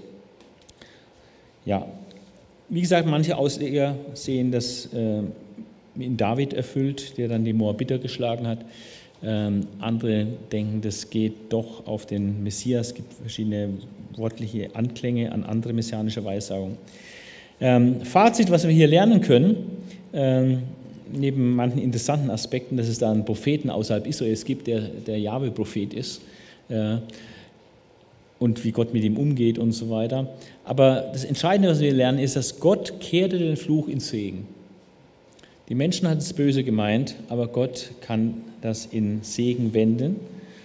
Ja, wie gesagt, manche Ausleger sehen das in David erfüllt, der dann die Moabiter geschlagen hat. Andere denken, das geht doch auf den Messias. Es gibt verschiedene wortliche Anklänge an andere messianische Weissagungen. Fazit, was wir hier lernen können, neben manchen interessanten Aspekten, dass es da einen Propheten außerhalb Israels gibt, der Jahwe-Prophet ist und wie Gott mit ihm umgeht und so weiter. Aber das Entscheidende, was wir lernen, ist, dass Gott kehrte den Fluch in Segen. Die Menschen hatten es böse gemeint, aber Gott kann das in Segen wenden.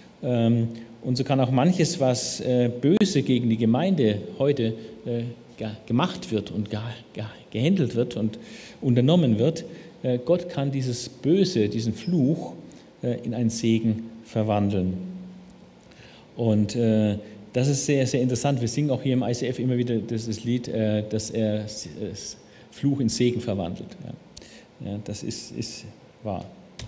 Und so kann auch manches, was böse gegen die Gemeinde heute gemacht wird und gehandelt wird und unternommen wird, Gott kann dieses Böse, diesen Fluch in einen Segen verwandeln. Und das ist sehr, sehr interessant. Wir singen auch hier im ICF immer wieder das Lied, dass er Fluch in Segen verwandelt. Ja, das ist wahr.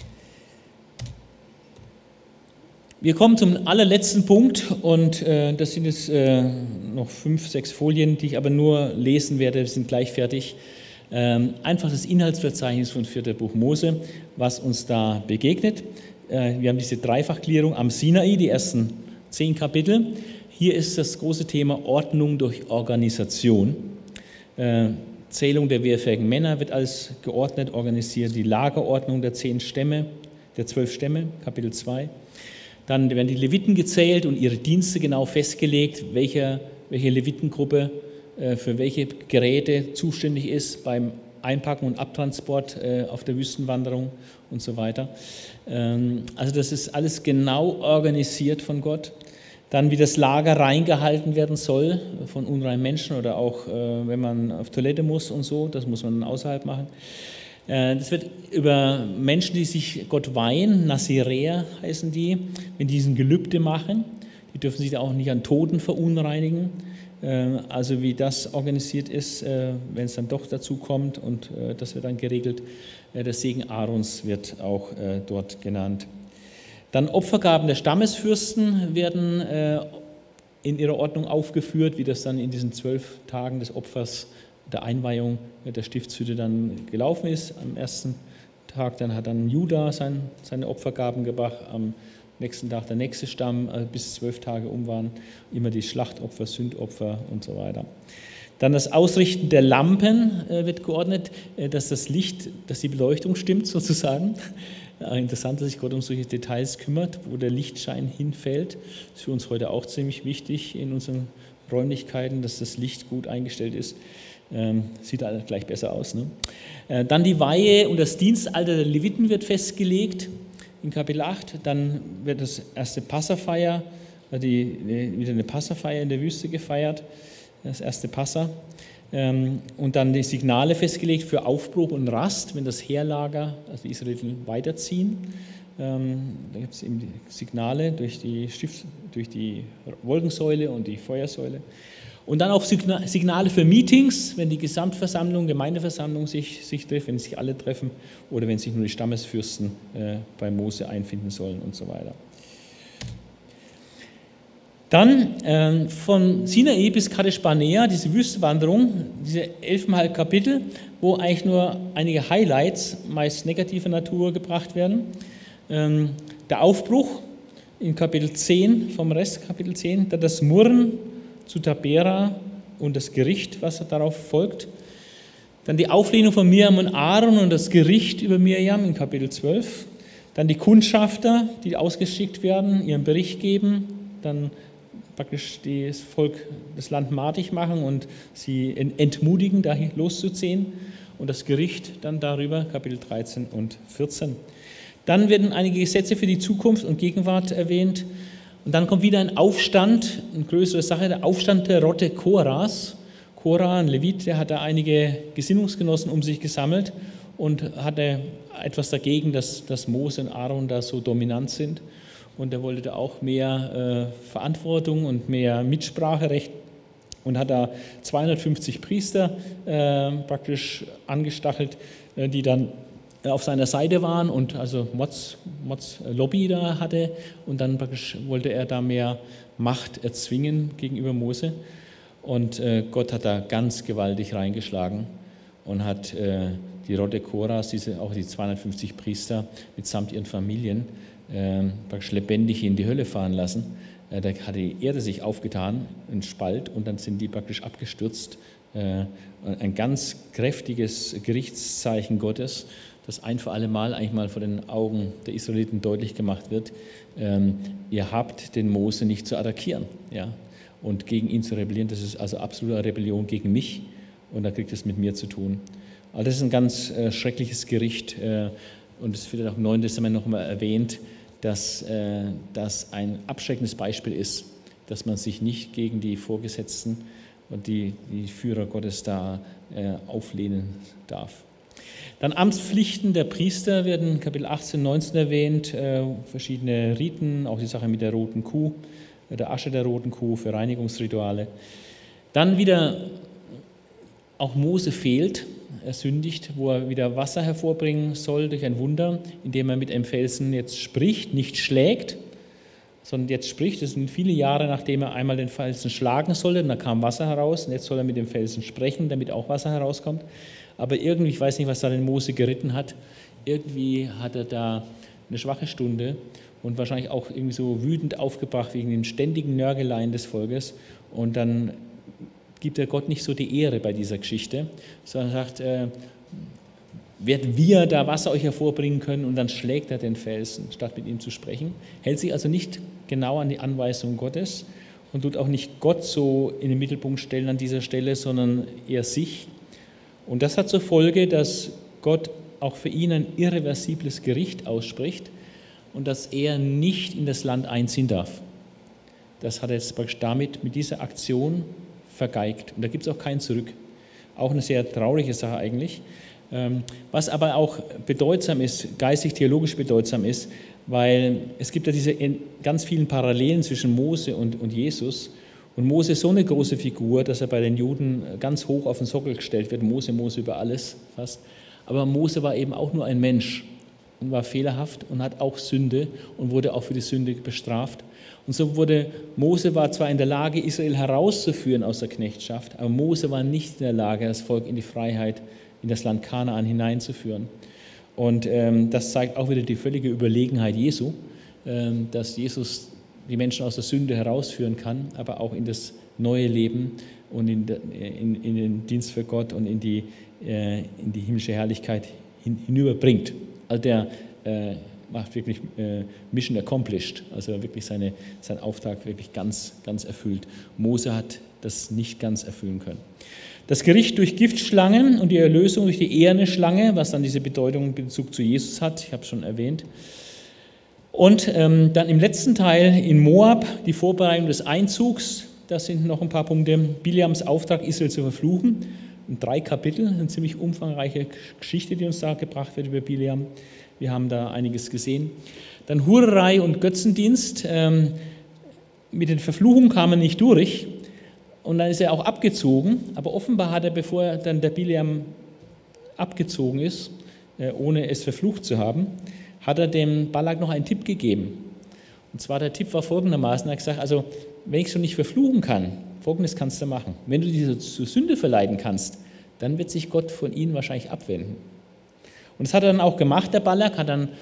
Wir kommen zum allerletzten Punkt und das sind jetzt noch 5, 6 Folien, die ich aber nur lesen werde, wir sind gleich fertig. Einfach das Inhaltsverzeichnis von 4. Buch Mose, was uns da begegnet. Wir haben diese Dreifachklärung am Sinai, die ersten 10 Kapitel. Hier ist das große Thema Ordnung durch Organisation. Zählung der wehrfähigen Männer wird alles geordnet, organisiert. Die Lagerordnung der 10 Stämme, der 12 Stämme, Kapitel 2. Dann werden die Leviten gezählt und ihre Dienste genau festgelegt, welche Levitengruppe für welche Geräte zuständig ist beim Einpacken und Abtransport auf der Wüstenwanderung und so weiter. Also das ist alles genau organisiert von Gott. Dann, wie das Lager reingehalten werden soll von unreinen Menschen oder auch, wenn man auf Toilette muss und so, das muss man außerhalb machen. Das wird über Menschen, die sich Gott weihen, Naziräer heißen die, wenn die diesen Gelübde machen, die dürfen sich da auch nicht an Toten verunreinigen. Also wie das organisiert ist, wenn es dann doch dazu kommt und das wird dann geregelt. Der Segen Aarons wird auch dort genannt. Dann Opfergaben der Stammesfürsten werden in ihrer Ordnung aufgeführt, wie das dann in diesen 12 Tagen des Opfers, der Einweihung der Stiftshütte dann gelaufen ist. Am ersten Tag dann hat dann Juda seine Opfergaben gebracht, am nächsten Tag der nächste Stamm, bis 12 Tage um waren, immer die Schlachtopfer, Sündopfer und so weiter. Dann das Ausrichten der Lampen wird geordnet, dass das Licht, dass die Beleuchtung stimmt sozusagen. Interessant, dass sich Gott um solche Details kümmert, wo der Lichtschein hinfällt. Das ist für uns heute auch ziemlich wichtig in unseren Räumlichkeiten, dass das Licht gut eingestellt ist. Sieht alles gleich besser aus. Ne? Dann die Weihe und das Dienstalter der Leviten wird festgelegt in Kapitel 8. Dann wird das erste Passafeier, wieder eine Passafeier in der Wüste gefeiert, das erste Passa. Und dann die Signale festgelegt für Aufbruch und Rast, wenn das Heerlager, also die Israeliten, weiterziehen. Da gibt es eben die Signale durch die Wolkensäule und die Feuersäule. Und dann auch Signale für Meetings, wenn die Gesamtversammlung, Gemeindeversammlung sich trifft, wenn sich alle treffen oder wenn sich nur die Stammesfürsten bei Mose einfinden sollen und so weiter. Dann von Sinai bis Kadesh Barnea, diese Wüstenwanderung, diese 11,5 Kapitel, wo eigentlich nur einige Highlights, meist negativer Natur, gebracht werden. Der Aufbruch in Kapitel 10, vom Rest Kapitel 10, dann das Murren zu Tabera und das Gericht, was darauf folgt. Dann die Auflehnung von Miriam und Aaron und das Gericht über Miriam in Kapitel 12. Dann die Kundschafter, die ausgeschickt werden, ihren Bericht geben, dann praktisch das Volk, das Land madig machen und sie entmutigen, da loszuziehen. Und das Gericht dann darüber, Kapitel 13 und 14. Dann werden einige Gesetze für die Zukunft und Gegenwart erwähnt. Und dann kommt wieder ein Aufstand, eine größere Sache, der Aufstand der Rotte Koras. Korah, ein Levit, der hat da einige Gesinnungsgenossen um sich gesammelt und hatte etwas dagegen, dass Mose und Aaron da so dominant sind. Und er wollte da auch mehr Verantwortung und mehr Mitspracherecht und hat da 250 Priester praktisch angestachelt, die dann auf seiner Seite waren und also Mods Lobby da hatte. Und dann praktisch wollte er da mehr Macht erzwingen gegenüber Mose. Und Gott hat da ganz gewaltig reingeschlagen und hat die Rotte Koras, auch die 250 Priester mitsamt ihren Familien, praktisch lebendig in die Hölle fahren lassen. Da hat die Erde sich aufgetan, ein Spalt, und dann sind die praktisch abgestürzt. Ein ganz kräftiges Gerichtszeichen Gottes, das ein für alle Mal eigentlich mal vor den Augen der Israeliten deutlich gemacht wird. Ihr habt den Mose nicht zu attackieren, ja, und gegen ihn zu rebellieren. Das ist also absolute Rebellion gegen mich, und da kriegt es mit mir zu tun. Also das ist ein ganz schreckliches Gericht, und es wird auch im Neuen Testament noch mal erwähnt, dass das ein abschreckendes Beispiel ist, dass man sich nicht gegen die Vorgesetzten und die Führer Gottes da auflehnen darf. Dann Amtspflichten der Priester werden in Kapitel 18 und 19 erwähnt, verschiedene Riten, auch die Sache mit der roten Kuh, der Asche der roten Kuh für Reinigungsrituale. Dann wieder, auch Mose fehlt, er sündigt, wo er wieder Wasser hervorbringen soll durch ein Wunder, indem er mit einem Felsen jetzt spricht, nicht schlägt, sondern jetzt spricht. Das sind viele Jahre, nachdem er einmal den Felsen schlagen sollte, und da kam Wasser heraus, und jetzt soll er mit dem Felsen sprechen, damit auch Wasser herauskommt. Aber irgendwie, ich weiß nicht, was da den Mose geritten hat, irgendwie hat er da eine schwache Stunde und wahrscheinlich auch irgendwie so wütend aufgebracht wegen den ständigen Nörgeleien des Volkes, und dann gibt er Gott nicht so die Ehre bei dieser Geschichte, sondern sagt, werden wir da Wasser euch hervorbringen können, und dann schlägt er den Felsen, statt mit ihm zu sprechen. Hält sich also nicht genau an die Anweisung Gottes und tut auch nicht Gott so in den Mittelpunkt stellen an dieser Stelle, sondern eher sich. Und das hat zur Folge, dass Gott auch für ihn ein irreversibles Gericht ausspricht und dass er nicht in das Land einziehen darf. Das hat er jetzt praktisch damit, mit dieser Aktion vergeigt. Und da gibt es auch kein Zurück. Auch eine sehr traurige Sache eigentlich. Was aber auch bedeutsam ist, geistig-theologisch bedeutsam ist, weil es gibt ja diese ganz vielen Parallelen zwischen Mose und Jesus. Und Mose ist so eine große Figur, dass er bei den Juden ganz hoch auf den Sockel gestellt wird. Mose über alles fast. Aber Mose war eben auch nur ein Mensch und war fehlerhaft und hat auch Sünde und wurde auch für die Sünde bestraft. Und so Mose war zwar in der Lage, Israel herauszuführen aus der Knechtschaft, aber Mose war nicht in der Lage, das Volk in die Freiheit, in das Land Kanaan hineinzuführen. Und das zeigt auch wieder die völlige Überlegenheit Jesu, dass Jesus die Menschen aus der Sünde herausführen kann, aber auch in das neue Leben und in den Dienst für Gott und in die himmlische Herrlichkeit hinüberbringt. Also der macht wirklich Mission accomplished, also wirklich seinen Auftrag wirklich ganz, ganz erfüllt. Mose hat das nicht ganz erfüllen können. Das Gericht durch Giftschlangen und die Erlösung durch die eherne Schlange, was dann diese Bedeutung in Bezug zu Jesus hat, ich habe es schon erwähnt. Und dann im letzten Teil in Moab die Vorbereitung des Einzugs, das sind noch ein paar Punkte. Bileams Auftrag, Israel zu verfluchen, in 3 Kapitel, eine ziemlich umfangreiche Geschichte, die uns da gebracht wird über Bileam. Wir haben da einiges gesehen. Dann Hurerei und Götzendienst. Mit den Verfluchungen kam er nicht durch und dann ist er auch abgezogen. Aber offenbar hat er, bevor dann der Bileam abgezogen ist, ohne es verflucht zu haben, hat er dem Balak noch einen Tipp gegeben. Und zwar der Tipp war folgendermaßen, er hat gesagt, also wenn ich so nicht verfluchen kann, Folgendes kannst du machen. Wenn du diese zur Sünde verleiten kannst, dann wird sich Gott von ihnen wahrscheinlich abwenden. Und das hat er dann auch gemacht, der Balak, hat dann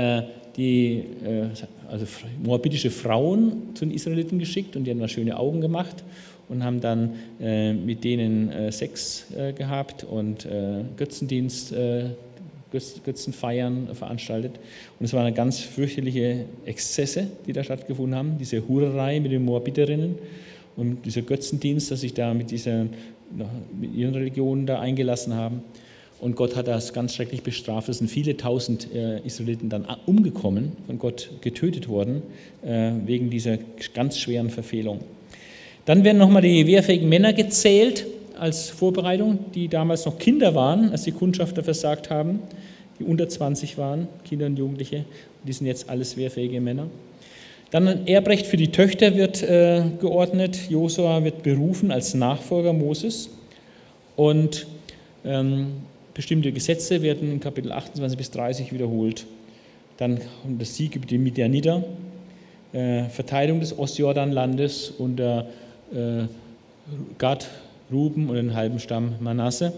also moabitische Frauen zu den Israeliten geschickt und die haben da schöne Augen gemacht und haben dann mit denen Sex gehabt und Götzendienst, Götzenfeiern veranstaltet. Und es waren ganz fürchterliche Exzesse, die da stattgefunden haben, diese Hurerei mit den Moabiterinnen und dieser Götzendienst, dass sich da mit ihren Religionen da eingelassen haben. Und Gott hat das ganz schrecklich bestraft. Es sind viele tausend Israeliten dann umgekommen, von Gott getötet worden, wegen dieser ganz schweren Verfehlung. Dann werden nochmal die wehrfähigen Männer gezählt als Vorbereitung, die damals noch Kinder waren, als die Kundschafter versagt haben, die unter 20 waren, Kinder und Jugendliche. Die sind jetzt alles wehrfähige Männer. Dann ein Erbrecht für die Töchter wird geordnet. Josua wird berufen als Nachfolger Moses. Und bestimmte Gesetze werden in Kapitel 28 bis 30 wiederholt. Dann das Sieg über die Midianiter, Verteilung des Ostjordanlandes unter Gad, Ruben und den halben Stamm Manasse.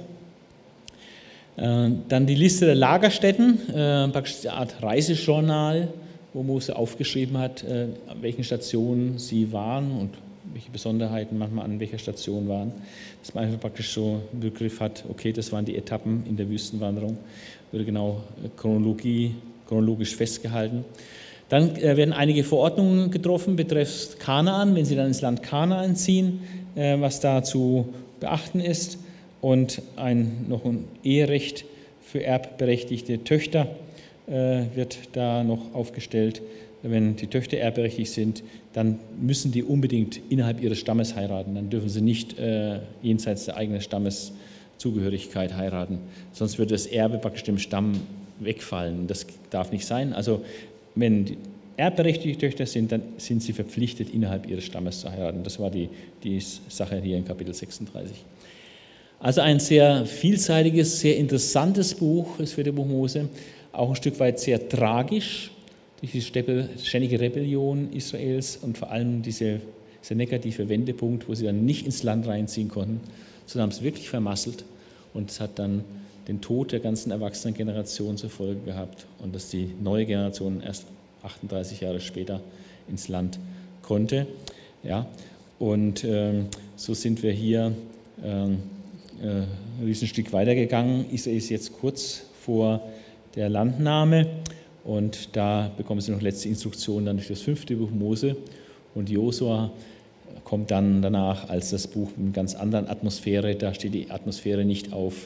Dann die Liste der Lagerstätten, praktisch eine Art Reisejournal, wo Mose aufgeschrieben hat, an welchen Stationen sie waren und welche Besonderheiten manchmal an welcher Station waren. Dass man einfach praktisch so einen Begriff hat, okay, das waren die Etappen in der Wüstenwanderung, wurde genau chronologisch festgehalten. Dann werden einige Verordnungen getroffen betreffend Kanaan, wenn sie dann ins Land Kanaan ziehen, was da zu beachten ist, und noch ein Eherecht für erbberechtigte Töchter wird da noch aufgestellt. Wenn die Töchter erbberechtigt sind, dann müssen die unbedingt innerhalb ihres Stammes heiraten. Dann dürfen sie nicht jenseits der eigenen Stammeszugehörigkeit heiraten. Sonst würde das Erbe praktisch dem Stamm wegfallen. Das darf nicht sein. Also wenn die erbberechtigte Töchter sind, dann sind sie verpflichtet, innerhalb ihres Stammes zu heiraten. Das war die Sache hier in Kapitel 36. Also ein sehr vielseitiges, sehr interessantes Buch, das 4. Buch Mose, auch ein Stück weit sehr tragisch, durch die ständige Rebellion Israels und vor allem dieser negative Wendepunkt, wo sie dann nicht ins Land reinziehen konnten, sondern haben es wirklich vermasselt, und es hat dann den Tod der ganzen erwachsenen Generation zur Folge gehabt und dass die neue Generation erst 38 Jahre später ins Land konnte. Ja, und so sind wir hier ein Riesenstück weitergegangen. Israel ist jetzt kurz vor der Landnahme. Und da bekommen sie noch letzte Instruktionen dann durch das 5. Buch Mose. Und Josua kommt dann danach als das Buch mit einer ganz anderen Atmosphäre. Da steht die Atmosphäre nicht auf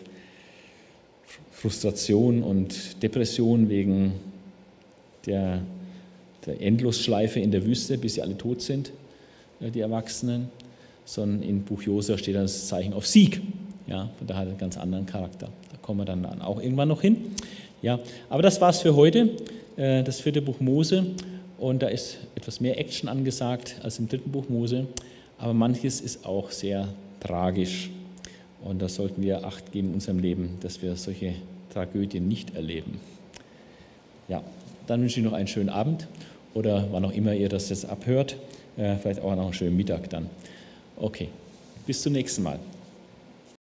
Frustration und Depression wegen der Endlosschleife in der Wüste, bis sie alle tot sind, die Erwachsenen, sondern im Buch Josua steht dann das Zeichen auf Sieg. Ja, und da hat er einen ganz anderen Charakter. Da kommen wir dann auch irgendwann noch hin. Ja, aber das war's für heute, das 4. Buch Mose, und da ist etwas mehr Action angesagt als im 3. Buch Mose, aber manches ist auch sehr tragisch, und da sollten wir Acht geben in unserem Leben, dass wir solche Tragödien nicht erleben. Ja, dann wünsche ich noch einen schönen Abend oder wann auch immer ihr das jetzt abhört, vielleicht auch noch einen schönen Mittag dann. Okay, bis zum nächsten Mal.